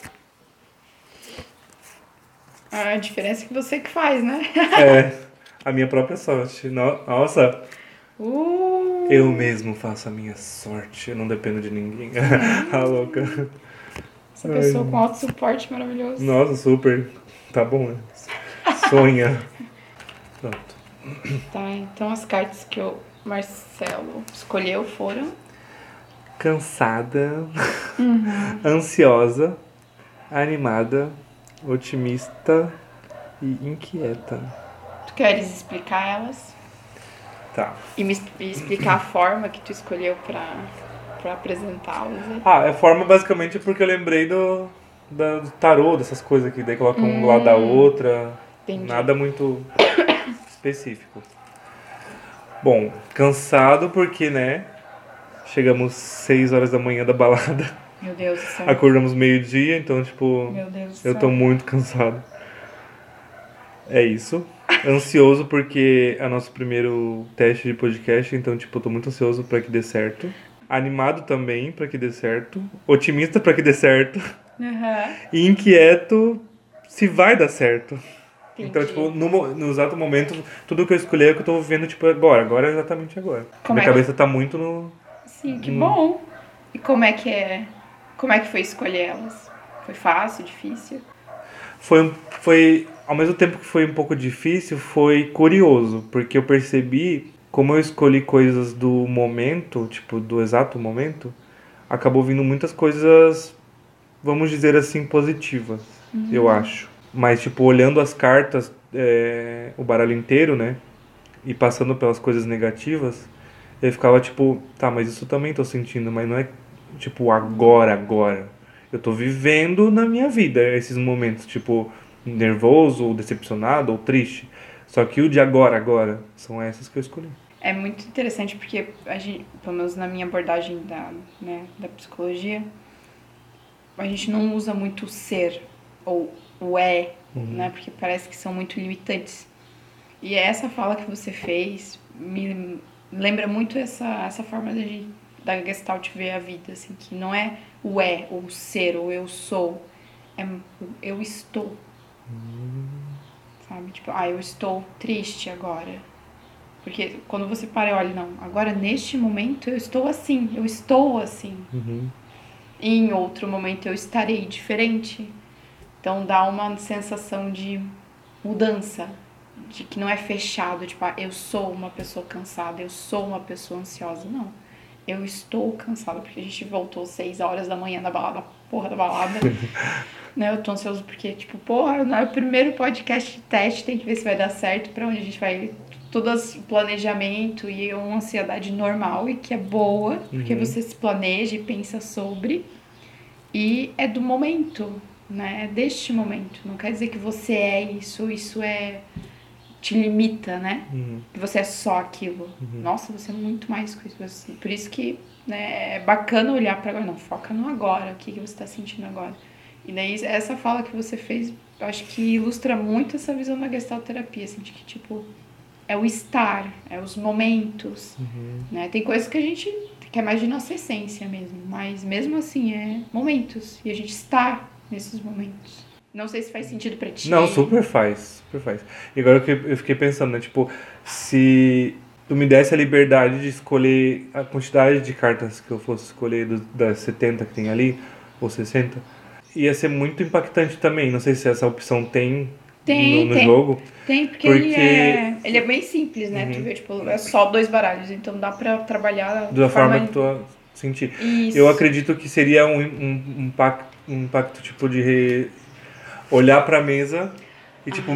Speaker 2: A diferença é que você que faz, né?
Speaker 1: A minha própria sorte. Nossa, eu mesmo faço a minha sorte. Eu não dependo de ninguém. A louca.
Speaker 2: Essa pessoa com alto suporte maravilhoso.
Speaker 1: Nossa, super. Tá bom, né? Sonha. Pronto.
Speaker 2: Tá, então as cartas que o Marcelo escolheu foram...
Speaker 1: Cansada, ansiosa, animada, otimista e inquieta.
Speaker 2: Tu queres explicar elas?
Speaker 1: Tá.
Speaker 2: E me explicar a forma que tu escolheu pra apresentá-las?
Speaker 1: A forma basicamente porque eu lembrei do tarô, dessas coisas que daí colocam um do lado da outra.
Speaker 2: Entendi.
Speaker 1: Nada muito específico. Bom, cansado porque, né? Chegamos 6 horas da manhã da balada.
Speaker 2: Meu Deus do céu.
Speaker 1: Acordamos meio-dia, então, tipo,
Speaker 2: Meu Deus do céu.
Speaker 1: eu tô muito cansado. É isso. Ansioso porque é nosso primeiro teste de podcast, então, tipo, eu tô muito ansioso pra que dê certo. Animado também pra que dê certo. Otimista pra que dê certo. E inquieto se vai dar certo.
Speaker 2: Entendi.
Speaker 1: Então, tipo, no exato momento, tudo que eu escolhi é que eu tô vendo, tipo, agora é exatamente agora.
Speaker 2: Como
Speaker 1: Minha cabeça tá muito no...
Speaker 2: Sim, que bom. E como é que foi escolher elas? Foi fácil, difícil?
Speaker 1: Foi, ao mesmo tempo que foi um pouco difícil, foi curioso, porque eu percebi, como eu escolhi coisas do momento, tipo, do exato momento, acabou vindo muitas coisas, vamos dizer assim, positivas, eu acho. Mas, tipo, olhando as cartas, o baralho inteiro, né, e passando pelas coisas negativas, eu ficava tipo, tá, mas isso também tô sentindo, mas não é tipo agora. Eu tô vivendo na minha vida esses momentos, tipo, nervoso, ou decepcionado, ou triste. Só que o de agora, são essas que eu escolhi.
Speaker 2: É muito interessante porque a gente, pelo menos na minha abordagem da psicologia, a gente não usa muito o ser ou o né? Porque parece que são muito limitantes. E essa fala que você fez me lembra muito essa forma da Gestalt ver a vida, assim, que não é o ou o ser, ou eu sou, é o eu estou. Sabe? Tipo, eu estou triste agora. Porque quando você para e olha, não, agora neste momento eu estou assim. E em outro momento eu estarei diferente. Então dá uma sensação de mudança, de que não é fechado, tipo, eu sou uma pessoa cansada, eu sou uma pessoa ansiosa. Não, eu estou cansada, porque a gente voltou 6 horas da manhã da porra da balada. Né? Eu tô ansioso porque, tipo, porra, não é o primeiro podcast de teste, tem que ver se vai dar certo, pra onde a gente vai, todo esse planejamento e uma ansiedade normal e que é boa, porque você se planeja e pensa sobre. E é do momento, né? É deste momento. Não quer dizer que você é isso te limita, né? Que você é só aquilo. Nossa, você é muito mais que isso. Assim. Por isso que, né, é bacana olhar para agora. Não, foca no agora. O que você está sentindo agora. E daí, essa fala que você fez, eu acho que ilustra muito essa visão da gestalterapia. Assim, de que, tipo, é o estar, é os momentos, né? Tem coisas que a gente quer mais de nossa essência mesmo. Mas, mesmo assim, é momentos. E a gente está nesses momentos. Não sei se faz sentido pra ti.
Speaker 1: Não, super faz. E agora que eu fiquei pensando, né? Tipo, se tu me desse a liberdade de escolher a quantidade de cartas que eu fosse escolher das 70 que tem ali, ou 60, ia ser muito impactante também. Não sei se essa opção tem no jogo.
Speaker 2: Tem, porque ele é bem simples, né? Tu vê, tipo, é só 2 baralhos, então dá pra trabalhar
Speaker 1: da forma que tu sentir.
Speaker 2: Isso.
Speaker 1: Eu acredito que seria um impacto tipo de olhar pra mesa e tipo,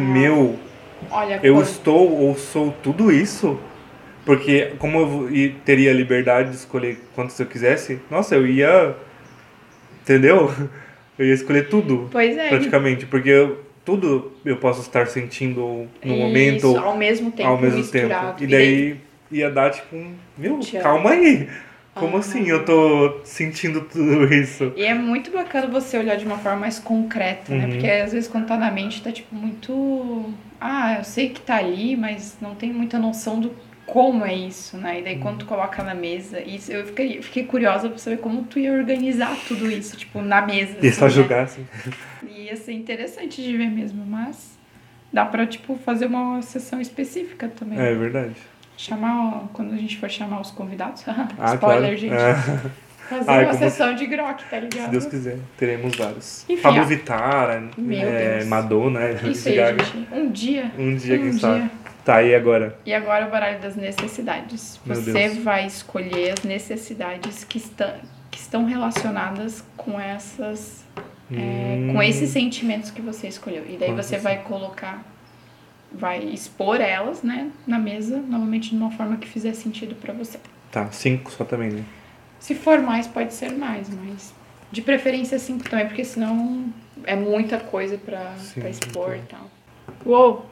Speaker 2: olha,
Speaker 1: eu estou ou sou tudo isso? Porque como teria a liberdade de escolher quantos eu quisesse, nossa, eu ia, entendeu? Eu ia escolher tudo,
Speaker 2: pois é,
Speaker 1: praticamente, porque tudo eu posso estar sentindo no momento,
Speaker 2: isso, ao mesmo tempo, misturado.
Speaker 1: E daí ia dar tipo calma aí. Como assim eu tô sentindo tudo isso?
Speaker 2: E é muito bacana você olhar de uma forma mais concreta, né? Porque às vezes quando tá na mente tá tipo muito... Ah, eu sei que tá ali, mas não tenho muita noção do como é isso, né? E daí quando tu coloca na mesa... Isso, eu fiquei curiosa pra saber como tu ia organizar tudo isso, tipo, na mesa.
Speaker 1: Ia
Speaker 2: assim,
Speaker 1: só jogar, assim.
Speaker 2: E ia ser interessante de ver mesmo, mas... Dá pra, tipo, fazer uma sessão específica também.
Speaker 1: É verdade.
Speaker 2: Quando a gente for chamar os convidados.
Speaker 1: Spoiler,
Speaker 2: claro. Gente. Fazer uma sessão de grok, tá ligado?
Speaker 1: Se Deus quiser, teremos vários.
Speaker 2: Enfim,
Speaker 1: Pablo Vittar,
Speaker 2: Deus.
Speaker 1: Madonna,
Speaker 2: isso aí, gente. Um dia,
Speaker 1: quem sabe. Tá, e agora?
Speaker 2: E agora o baralho das necessidades. Você vai escolher as necessidades que estão relacionadas com essas... com esses sentimentos que você escolheu. E daí você vai colocar... Vai expor elas, né, na mesa, novamente de uma forma que fizer sentido pra você.
Speaker 1: Tá, 5 só também, né?
Speaker 2: Se for mais, pode ser mais, mas de preferência 5 também, porque senão é muita coisa pra expor e tal. Uou!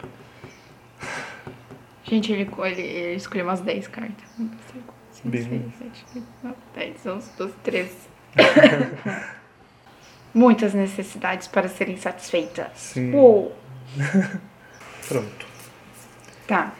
Speaker 2: Gente, ele escolheu umas 10 cartas. 5, 6, 7, 8, 9, 10, 11, 12, 13. Muitas necessidades para serem satisfeitas.
Speaker 1: Sim.
Speaker 2: Uou!
Speaker 1: Pronto.
Speaker 2: Tá.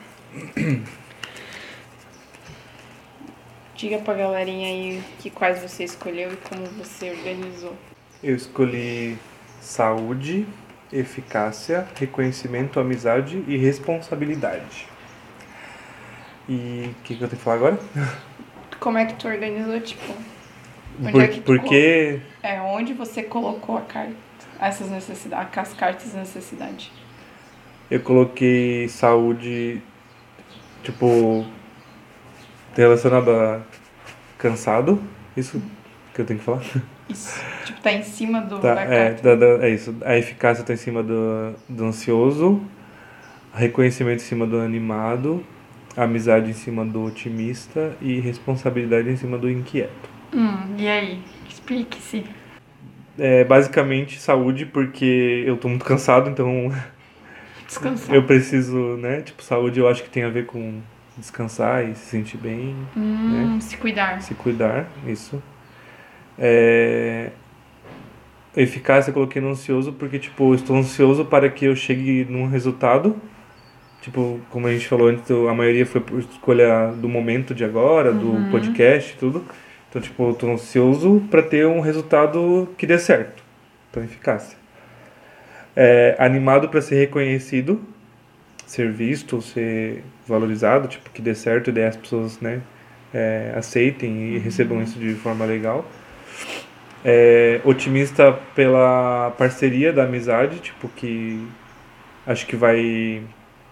Speaker 2: Diga pra galerinha aí quais você escolheu e como você organizou.
Speaker 1: Eu escolhi saúde, eficácia, reconhecimento, amizade e responsabilidade. E o que eu tenho que falar agora?
Speaker 2: Como é que tu organizou, tipo...
Speaker 1: Porque...
Speaker 2: onde você colocou a carta, essas necessidades, as cartas de necessidade?
Speaker 1: Eu coloquei saúde, tipo, relacionado a cansado. Isso que eu tenho que falar?
Speaker 2: Isso. Tipo, tá em cima da carta.
Speaker 1: É isso. A eficácia tá em cima do ansioso, reconhecimento em cima do animado, amizade em cima do otimista e responsabilidade em cima do inquieto.
Speaker 2: E aí? Explique-se.
Speaker 1: Basicamente saúde, porque eu tô muito cansado, então...
Speaker 2: Descansar.
Speaker 1: Eu preciso, né? Tipo, saúde eu acho que tem a ver com descansar e se sentir bem. Né?
Speaker 2: Se cuidar.
Speaker 1: Se cuidar, isso. Eficácia eu coloquei no ansioso porque, tipo, eu estou ansioso para que eu chegue num resultado. Tipo, como a gente falou antes, a maioria foi por escolha do momento de agora, do podcast e tudo. Então, tipo, eu estou ansioso para ter um resultado que dê certo. Então, eficácia. Animado para ser reconhecido, ser visto, ser valorizado, tipo, que dê certo e daí as pessoas, né, aceitem e recebam isso de forma legal. Otimista pela parceria da amizade, tipo, que acho que vai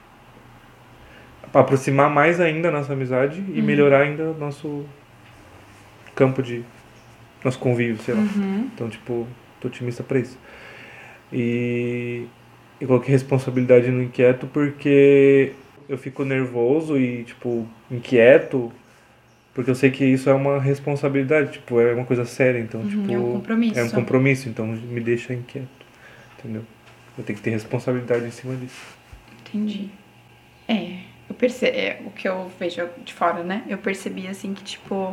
Speaker 1: aproximar mais ainda a nossa amizade e melhorar ainda o nosso campo de... nosso convívio, sei lá. Então, tipo, tô otimista pra isso. E eu coloquei responsabilidade no inquieto porque eu fico nervoso e, tipo, inquieto Porque eu sei que isso é uma responsabilidade, tipo, é uma coisa séria, então, tipo...
Speaker 2: É um compromisso.
Speaker 1: É um compromisso, então me deixa inquieto, entendeu? Eu tenho que ter responsabilidade em cima disso.
Speaker 2: Entendi. Eu percebo, o que eu vejo de fora, né? Eu percebi, assim, que, tipo...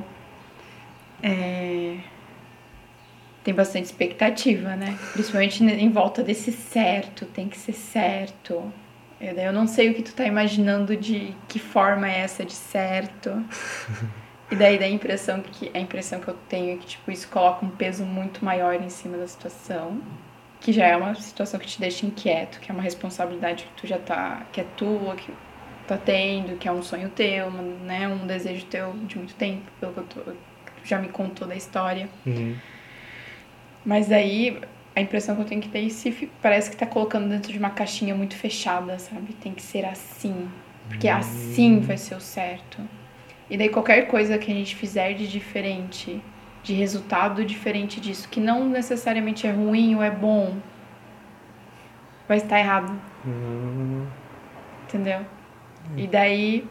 Speaker 2: Tem bastante expectativa, né? Principalmente em volta desse certo, tem que ser certo. Eu não sei o que tu tá imaginando de que forma é essa de certo. E daí a impressão que eu tenho é que, tipo, isso coloca um peso muito maior em cima da situação. Que já é uma situação que te deixa inquieto, que é uma responsabilidade que tu já tá... que é tua, que tá tendo, que é um sonho teu, né? Um desejo teu de muito tempo, pelo que tu já me contou da história.
Speaker 1: Uhum.
Speaker 2: Mas aí, a impressão que eu tenho que ter parece que tá colocando dentro de uma caixinha muito fechada, sabe? Tem que ser assim, porque assim vai ser o certo. E daí qualquer coisa que a gente fizer de diferente, de resultado diferente disso, que não necessariamente é ruim ou é bom, vai estar errado. Entendeu? E daí,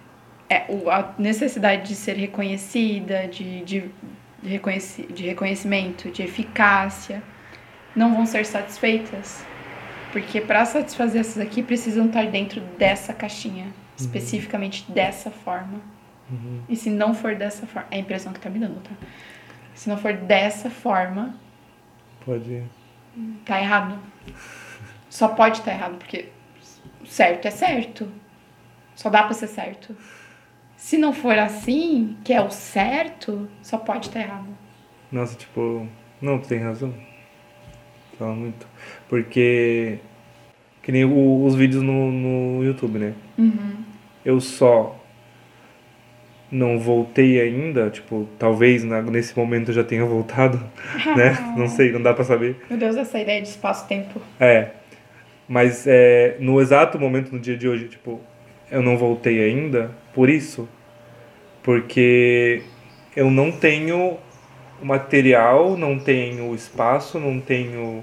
Speaker 2: a necessidade de ser reconhecida, de reconhecimento, de eficácia, não vão ser satisfeitas. Porque para satisfazer essas aqui, precisam estar dentro dessa caixinha. Especificamente dessa forma. E se não for dessa forma... É a impressão que tá me dando, tá? Se não for dessa forma...
Speaker 1: Pode ir.
Speaker 2: Tá errado. Só pode estar errado, porque certo é certo. Só dá pra ser certo. Se não for assim, que é o certo, só pode estar errado.
Speaker 1: Nossa, tipo... Não, tu tem razão. Fala muito. Porque... Que nem os vídeos no YouTube, né? Eu só não voltei ainda, tipo, talvez nesse momento eu já tenha voltado, né? Não sei, não dá pra saber.
Speaker 2: Meu Deus, essa ideia de espaço-tempo.
Speaker 1: Mas no exato momento, no dia de hoje, tipo, eu não voltei ainda por isso. Porque eu não tenho o material, não tenho o espaço, não tenho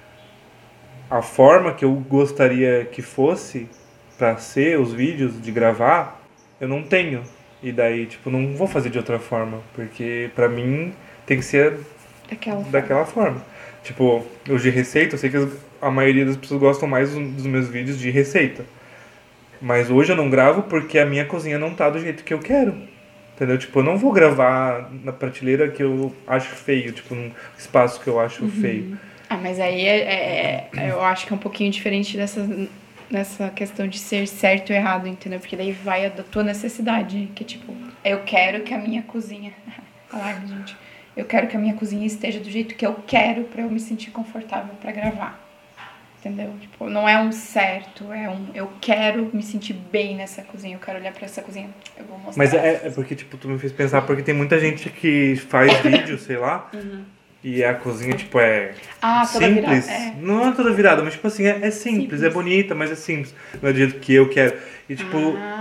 Speaker 1: a forma que eu gostaria que fosse pra ser os vídeos, de gravar, eu não tenho. E daí, tipo, não vou fazer de outra forma, porque pra mim tem que ser daquela forma. Tipo, os de receita, eu sei que a maioria das pessoas gostam mais dos meus vídeos de receita. Mas hoje eu não gravo porque a minha cozinha não tá do jeito que eu quero. Entendeu? Tipo, eu não vou gravar na prateleira que eu acho feio, tipo, num espaço que eu acho feio.
Speaker 2: Mas aí eu acho que é um pouquinho diferente nessa questão de ser certo ou errado, entendeu? Porque daí vai da tua necessidade, que tipo, eu quero que a minha cozinha... Alarme, gente. Eu quero que a minha cozinha esteja do jeito que eu quero pra eu me sentir confortável pra gravar. Entendeu? Tipo, não é um certo, eu quero me sentir bem nessa cozinha, eu quero olhar pra essa cozinha, eu vou mostrar.
Speaker 1: Mas é porque, tipo, tu me fez pensar, porque tem muita gente que faz vídeo, sei lá, e a cozinha, tipo,
Speaker 2: toda
Speaker 1: simples.
Speaker 2: virada,
Speaker 1: Não é toda virada, mas, tipo assim, é simples, é bonita, mas é simples. Não é do jeito que eu quero. E, tipo,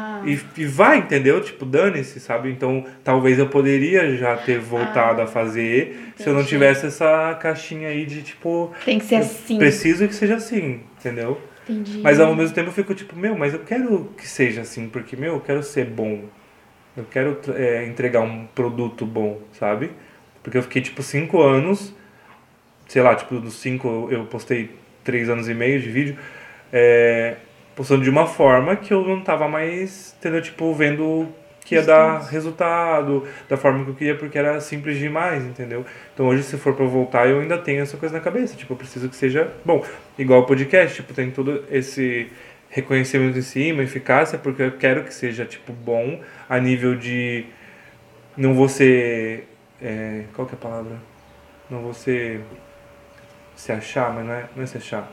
Speaker 1: e vai, entendeu? Tipo, dane-se, sabe? Então, talvez eu poderia já ter voltado a fazer se eu não tivesse essa caixinha aí de, tipo...
Speaker 2: Tem que ser assim.
Speaker 1: Preciso que seja assim, entendeu?
Speaker 2: Entendi.
Speaker 1: Mas ao mesmo tempo eu fico, tipo, mas eu quero que seja assim, porque, eu quero ser bom. Eu quero entregar um produto bom, sabe? Porque eu fiquei, tipo, 5 anos, sei lá, tipo, dos 5 eu postei 3 anos e meio de vídeo, postando de uma forma que eu não tava mais, entendeu? Tipo, vendo que ia dar resultado da forma que eu queria, porque era simples demais, entendeu? Então hoje, se for pra voltar, eu ainda tenho essa coisa na cabeça, tipo, eu preciso que seja bom. Igual o podcast, tipo, tem todo esse reconhecimento em cima, eficácia, porque eu quero que seja, tipo, bom a nível de... Não vou ser... qual que é a palavra? Não vou ser... Se achar, mas não é se achar.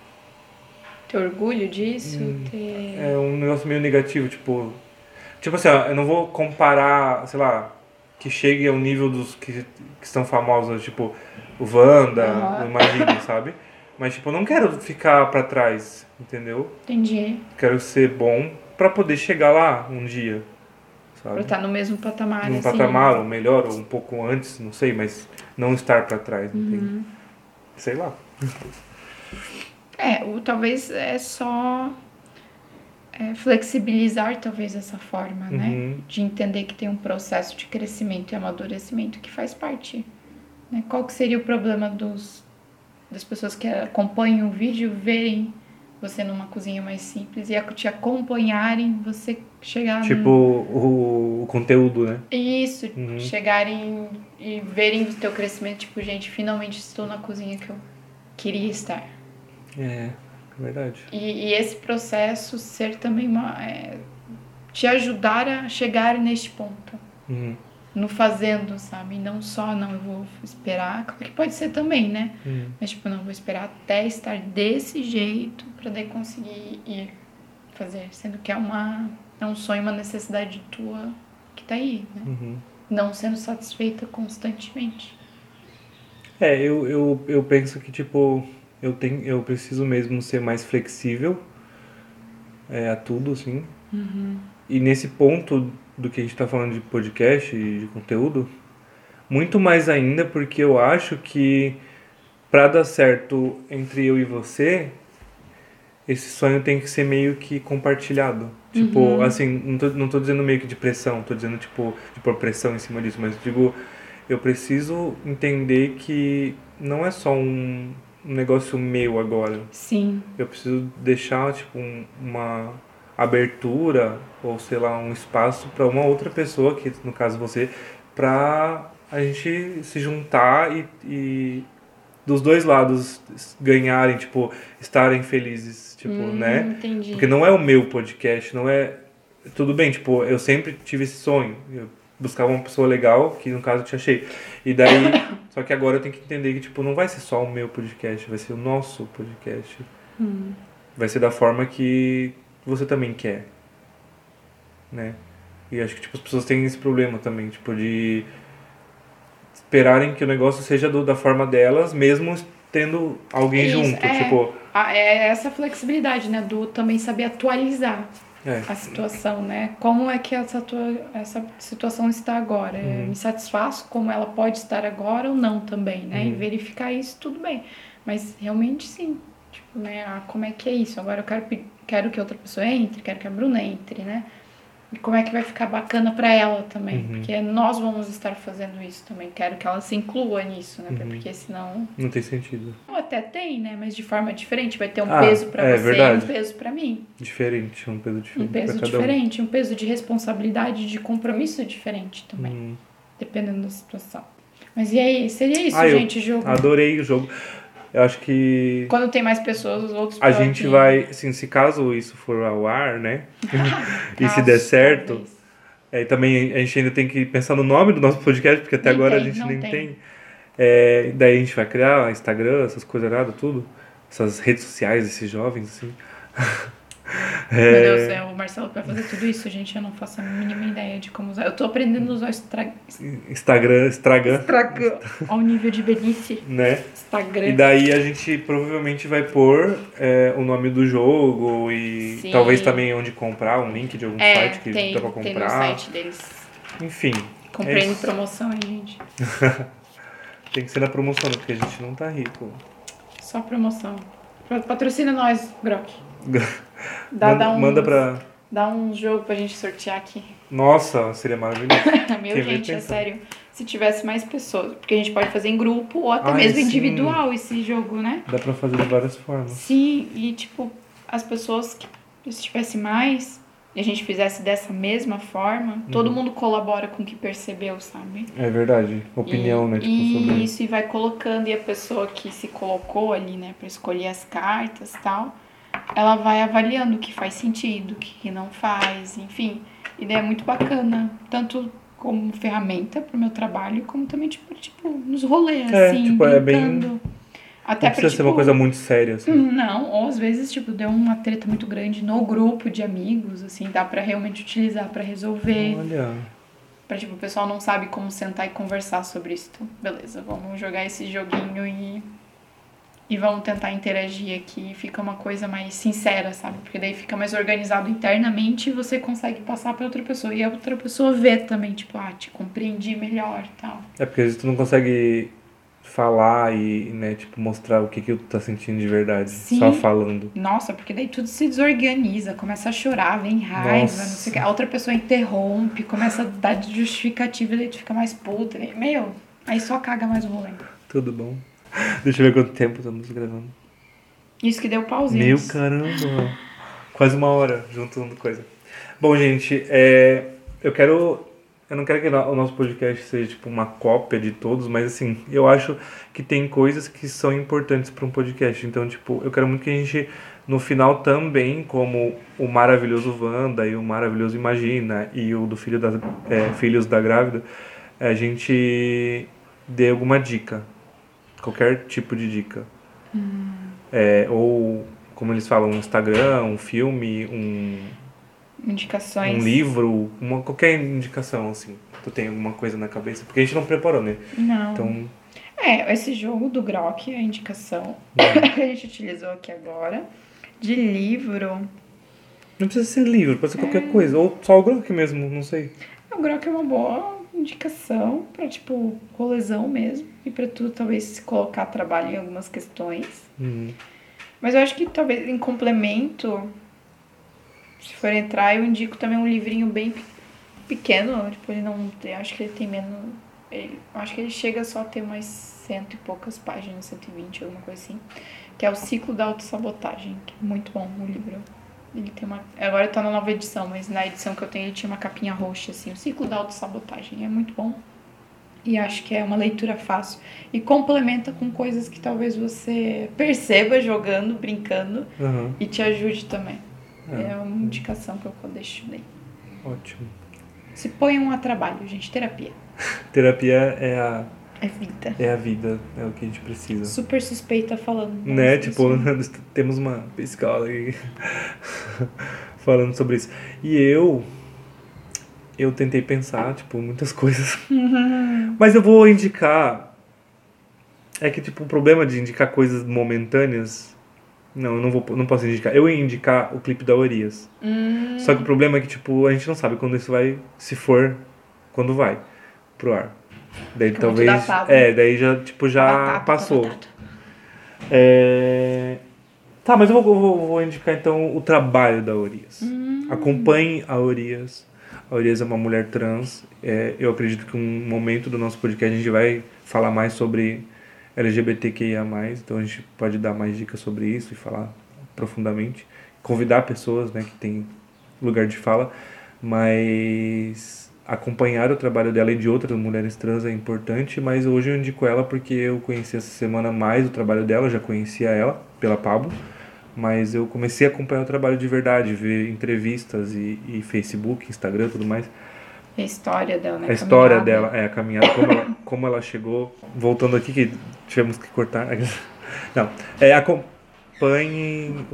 Speaker 2: Ter orgulho disso?
Speaker 1: É um negócio meio negativo, tipo... Tipo assim, ó, eu não vou comparar, sei lá, que chegue ao nível dos que estão famosos, tipo, o Wanda, o Imagine, sabe? Mas, tipo, eu não quero ficar pra trás, entendeu?
Speaker 2: Entendi.
Speaker 1: Quero ser bom pra poder chegar lá um dia, sabe?
Speaker 2: Pra estar no mesmo patamar,
Speaker 1: Num
Speaker 2: assim.
Speaker 1: patamar, ou melhor, ou um pouco antes, não sei, mas não estar pra trás, entende? Sei lá.
Speaker 2: Talvez é só... flexibilizar talvez essa forma, né?
Speaker 1: Uhum.
Speaker 2: De entender que tem um processo de crescimento e amadurecimento que faz parte. Né? Qual que seria o problema das pessoas que acompanham o vídeo verem você numa cozinha mais simples e te acompanharem, você chegar
Speaker 1: Tipo, o conteúdo, né?
Speaker 2: Isso,
Speaker 1: Uhum.
Speaker 2: chegarem e verem o teu crescimento, tipo, gente, finalmente estou na cozinha que eu queria estar.
Speaker 1: É verdade.
Speaker 2: E esse processo ser também te ajudar a chegar neste ponto.
Speaker 1: Uhum.
Speaker 2: No fazendo, sabe? Não só, não, eu vou esperar. Claro que pode ser também, né?
Speaker 1: Uhum.
Speaker 2: Mas, tipo, não, vou esperar até estar desse jeito pra daí conseguir ir fazer. Sendo que é um sonho, uma necessidade tua que tá aí, né?
Speaker 1: Uhum.
Speaker 2: Não sendo satisfeita constantemente.
Speaker 1: Eu penso que, tipo, eu preciso mesmo ser mais flexível a tudo, assim.
Speaker 2: Uhum.
Speaker 1: E nesse ponto do que a gente tá falando de podcast e de conteúdo, muito mais ainda porque eu acho que pra dar certo entre eu e você, esse sonho tem que ser meio que compartilhado. Tipo, assim, não tô dizendo meio que de pressão, tô dizendo, tipo, de pôr pressão em cima disso, mas digo, eu preciso entender que não é só um negócio meu agora.
Speaker 2: Sim.
Speaker 1: Eu preciso deixar, tipo, uma abertura, ou sei lá, um espaço para uma outra pessoa, que no caso você, pra a gente se juntar e dos dois lados ganharem, tipo, estarem felizes, tipo, né?
Speaker 2: Entendi.
Speaker 1: Porque não é o meu podcast, não é... Tudo bem, tipo, eu sempre tive esse sonho. Eu buscava uma pessoa legal, que no caso eu te achei. E daí... Só que agora eu tenho que entender que, tipo, não vai ser só o meu podcast, vai ser o nosso podcast. Vai ser da forma que você também quer, né? E acho que, tipo, as pessoas têm esse problema também, tipo, de esperarem que o negócio seja da forma delas, mesmo tendo alguém
Speaker 2: Isso,
Speaker 1: junto, tipo...
Speaker 2: É essa flexibilidade, né? Do também saber atualizar a situação, né? Como é que essa situação está agora? Me satisfaz como ela pode estar agora ou não também, né? E verificar isso, tudo bem. Mas realmente sim, tipo, né? Como é que é isso? Agora eu quero que outra pessoa entre, quero que a Bruna entre, né? E como é que vai ficar bacana pra ela também, porque nós vamos estar fazendo isso também. Quero que ela se inclua nisso, né? Porque senão...
Speaker 1: Não tem sentido.
Speaker 2: Até tem, né? Mas de forma diferente. Vai ter um peso pra você
Speaker 1: verdade.
Speaker 2: e um peso pra mim.
Speaker 1: Diferente, um peso diferente.
Speaker 2: Um peso diferente, um peso de responsabilidade, de compromisso diferente também. Dependendo da situação. Mas e aí? Seria isso, gente, jogo?
Speaker 1: Adorei o jogo. Eu acho que...
Speaker 2: Quando tem mais pessoas, os outros
Speaker 1: a gente vai, assim, se caso isso for ao ar, né? E se der certo, também a gente ainda tem que pensar no nome do nosso podcast, porque até agora a gente nem tem. Daí a gente vai criar Instagram, essas coisas nada, tudo. Essas redes sociais, esses jovens, assim.
Speaker 2: Meu Deus do céu, o Marcelo vai fazer tudo isso, gente. Eu não faço a mínima ideia de como usar. Eu tô aprendendo a usar
Speaker 1: Instagram.
Speaker 2: Ao nível de velhice.
Speaker 1: Né?
Speaker 2: Instagram.
Speaker 1: E daí a gente provavelmente vai pôr o nome do jogo e talvez também onde comprar, um link de algum site que dá pra comprar.
Speaker 2: Tem no site deles.
Speaker 1: Enfim.
Speaker 2: Comprei em promoção, hein, gente.
Speaker 1: Tem que ser na promoção, porque a gente não tá rico.
Speaker 2: Só promoção. Patrocina nós, Brock.
Speaker 1: Manda pra...
Speaker 2: Dá um jogo pra gente sortear aqui.
Speaker 1: Nossa, seria maravilhoso.
Speaker 2: Gente, é sério. Se tivesse mais pessoas. Porque a gente pode fazer em grupo ou até mesmo individual esse jogo, né?
Speaker 1: Dá pra fazer de várias formas.
Speaker 2: Sim, e tipo, as pessoas que se tivesse mais e a gente fizesse dessa mesma forma, todo mundo colabora com o que percebeu, sabe?
Speaker 1: É verdade. Opinião, né? Tipo, sobre
Speaker 2: isso, e vai colocando, e a pessoa que se colocou ali, né, pra escolher as cartas e tal, ela vai avaliando o que faz sentido, o que não faz, enfim. E daí é muito bacana, tanto como ferramenta pro meu trabalho, como também, tipo nos rolês, assim,
Speaker 1: tipo,
Speaker 2: brincando.
Speaker 1: É bem...
Speaker 2: Até
Speaker 1: não precisa ser uma coisa muito séria, assim.
Speaker 2: Não, ou às vezes, tipo, deu uma treta muito grande no grupo de amigos, assim, dá pra realmente utilizar pra resolver.
Speaker 1: Olha...
Speaker 2: Pra, tipo, o pessoal não sabe como sentar e conversar sobre isso. Então, beleza, vamos jogar esse joguinho e vamos tentar interagir aqui. Fica uma coisa mais sincera, sabe? Porque daí fica mais organizado internamente e você consegue passar pra outra pessoa. E a outra pessoa vê também, tipo, te compreendi melhor e tal.
Speaker 1: É porque às vezes tu não consegue falar e, né, tipo, mostrar o que tu tá sentindo de verdade.
Speaker 2: Sim.
Speaker 1: Só falando.
Speaker 2: Nossa, porque daí tudo se desorganiza, começa a chorar, vem raiva,
Speaker 1: Nossa.
Speaker 2: não sei o que. A outra pessoa interrompe, começa a dar de justificativa e daí tu fica mais puta. Né? Meu, aí só caga mais o rolê.
Speaker 1: Tudo bom. Deixa eu ver quanto tempo estamos gravando.
Speaker 2: Isso que deu pausinho.
Speaker 1: Meu caramba. Quase 1 hora juntando coisa. Bom, gente, eu não quero que o nosso podcast seja tipo uma cópia de todos, mas assim, eu acho que tem coisas que são importantes para um podcast. Então, tipo, eu quero muito que a gente, no final também, como o maravilhoso Wanda e o maravilhoso Imagina e o do Filhos da Grávida, a gente dê alguma dica. Qualquer tipo de dica. Ou, como eles falam, um Instagram, um filme,
Speaker 2: Indicações.
Speaker 1: um livro, qualquer indicação, assim. Tu tem alguma coisa na cabeça? Porque a gente não preparou, né?
Speaker 2: Não.
Speaker 1: Então,
Speaker 2: esse jogo do Grok, a indicação que a gente utilizou aqui agora, de livro.
Speaker 1: não precisa ser livro, pode ser qualquer coisa. Ou só o Grok mesmo, não sei.
Speaker 2: O Grok é uma boa indicação pra, tipo, rolezão mesmo. E pra tu, talvez, se colocar a trabalho em algumas questões. Mas eu acho que, talvez, em complemento, se for entrar, eu indico também um livrinho bem pequeno. Tipo, ele não tem... Acho que ele tem menos... acho que ele chega só a ter umas 100 e poucas páginas, 120, alguma coisa assim. Que é o Ciclo da Autossabotagem. Que é muito bom o livro. Ele tem uma... Agora tá na nova edição, mas na edição que eu tenho ele tinha uma capinha roxa, assim. O Ciclo da Autossabotagem. É muito bom. E acho que é uma leitura fácil. E complementa com coisas que talvez você perceba jogando, brincando. E te ajude também. É uma indicação que eu deixo daí.
Speaker 1: Ótimo.
Speaker 2: Se ponham a trabalho, gente. Terapia.
Speaker 1: Terapia é
Speaker 2: vida.
Speaker 1: É a vida, é o que a gente precisa.
Speaker 2: Super suspeita falando.
Speaker 1: Né, tipo, temos uma psicóloga aí falando sobre isso. E eu tentei pensar, tipo, muitas coisas. Mas eu vou indicar... É que, tipo, o problema de indicar coisas momentâneas... Não, eu não posso indicar. Eu ia indicar o clipe da Orias. Só que o problema é que, tipo, a gente não sabe quando isso vai... Se for, quando vai pro ar. Daí
Speaker 2: Fica
Speaker 1: talvez...
Speaker 2: muito datado.
Speaker 1: Daí já, tipo, já passou. Tá, mas eu vou indicar, então, o trabalho da Orias. Acompanhe a Orias. A Orias é uma mulher trans. Eu acredito que um momento do nosso podcast a gente vai falar mais sobre LGBTQIA+, então a gente pode dar mais dicas sobre isso e falar profundamente. Convidar pessoas, né, que tem lugar de fala, mas acompanhar o trabalho dela e de outras mulheres trans é importante, mas hoje eu indico ela porque eu conheci essa semana mais o trabalho dela, eu já conhecia ela pela Pablo, mas eu comecei a acompanhar o trabalho de verdade, ver entrevistas e Facebook, Instagram e tudo mais.
Speaker 2: A história dela, né?
Speaker 1: A história dela, a caminhada, como ela chegou. Voltando aqui, que tivemos que cortar. Não, acompanhem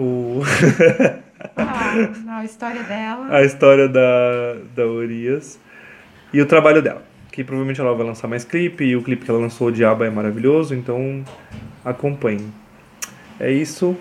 Speaker 2: a história dela.
Speaker 1: A história da Orias e o trabalho dela. Que provavelmente ela vai lançar mais clipe, e o clipe que ela lançou, O Diabo, é maravilhoso, então acompanhem. É isso.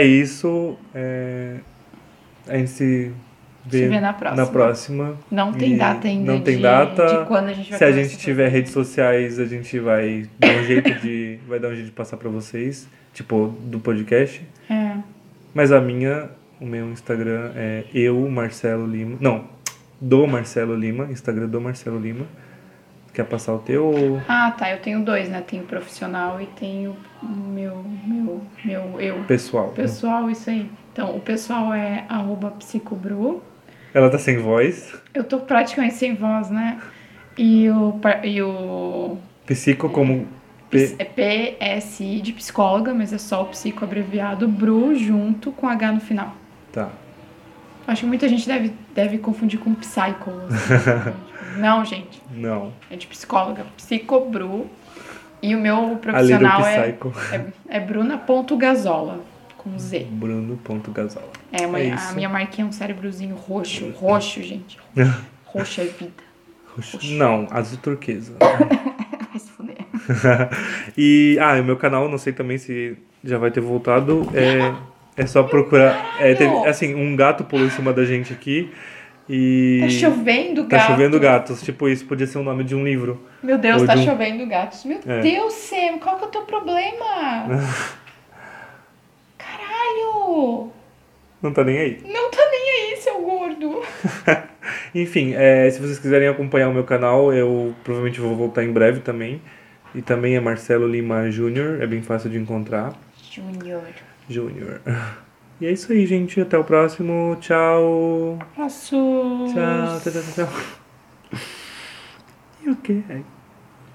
Speaker 1: A gente se vê na próxima.
Speaker 2: Não tem data ainda.
Speaker 1: Não tem data.
Speaker 2: De quando a gente vai
Speaker 1: Se a gente tiver redes sociais, a gente vai dar um jeito de passar pra vocês. Tipo, do podcast. Mas o meu Instagram é Marcelo Lima. Não, do Marcelo Lima. Instagram do Marcelo Lima. Quer passar o teu?
Speaker 2: Ah, tá. Eu tenho 2, né? Tenho o profissional e tenho o meu eu.
Speaker 1: Pessoal.
Speaker 2: Pessoal, isso aí. Então, o pessoal é @psicobru.
Speaker 1: Ela tá sem voz.
Speaker 2: Eu tô praticamente sem voz, né? E o
Speaker 1: Psico como...
Speaker 2: É PSI de psicóloga, mas é só o psico abreviado. Bru junto com H no final.
Speaker 1: Tá.
Speaker 2: Acho que muita gente deve confundir com psycho. Assim. Não, gente.
Speaker 1: Não.
Speaker 2: É de psicóloga. Psicobru. E o meu profissional é Bruna.gazola. Com Z.
Speaker 1: Bruno.gazola.
Speaker 2: A minha marquinha é um cérebrozinho roxo. Roxo, gente. Roxo é vida.
Speaker 1: Roxo. Não, azul turquesa.
Speaker 2: Vai se fuder.
Speaker 1: E o meu canal, não sei também se já vai ter voltado. É só procurar. Teve, assim, um gato pulou em cima da gente aqui. E...
Speaker 2: Tá chovendo
Speaker 1: Tá
Speaker 2: gatos.
Speaker 1: chovendo gatos. Tipo, isso podia ser o nome de um livro.
Speaker 2: Meu Deus,
Speaker 1: Ou
Speaker 2: tá
Speaker 1: de um-
Speaker 2: chovendo gatos. Meu Deus, Sam, qual que é o teu problema? Caralho!
Speaker 1: Não tá nem aí.
Speaker 2: Não tá nem aí, seu gordo.
Speaker 1: Enfim, se vocês quiserem acompanhar o meu canal, eu provavelmente vou voltar em breve também. E também é Marcelo Lima Júnior, é bem fácil de encontrar. Júnior. E é isso aí, gente. Até o próximo. Tchau.
Speaker 2: Passos.
Speaker 1: Tchau. E o quê?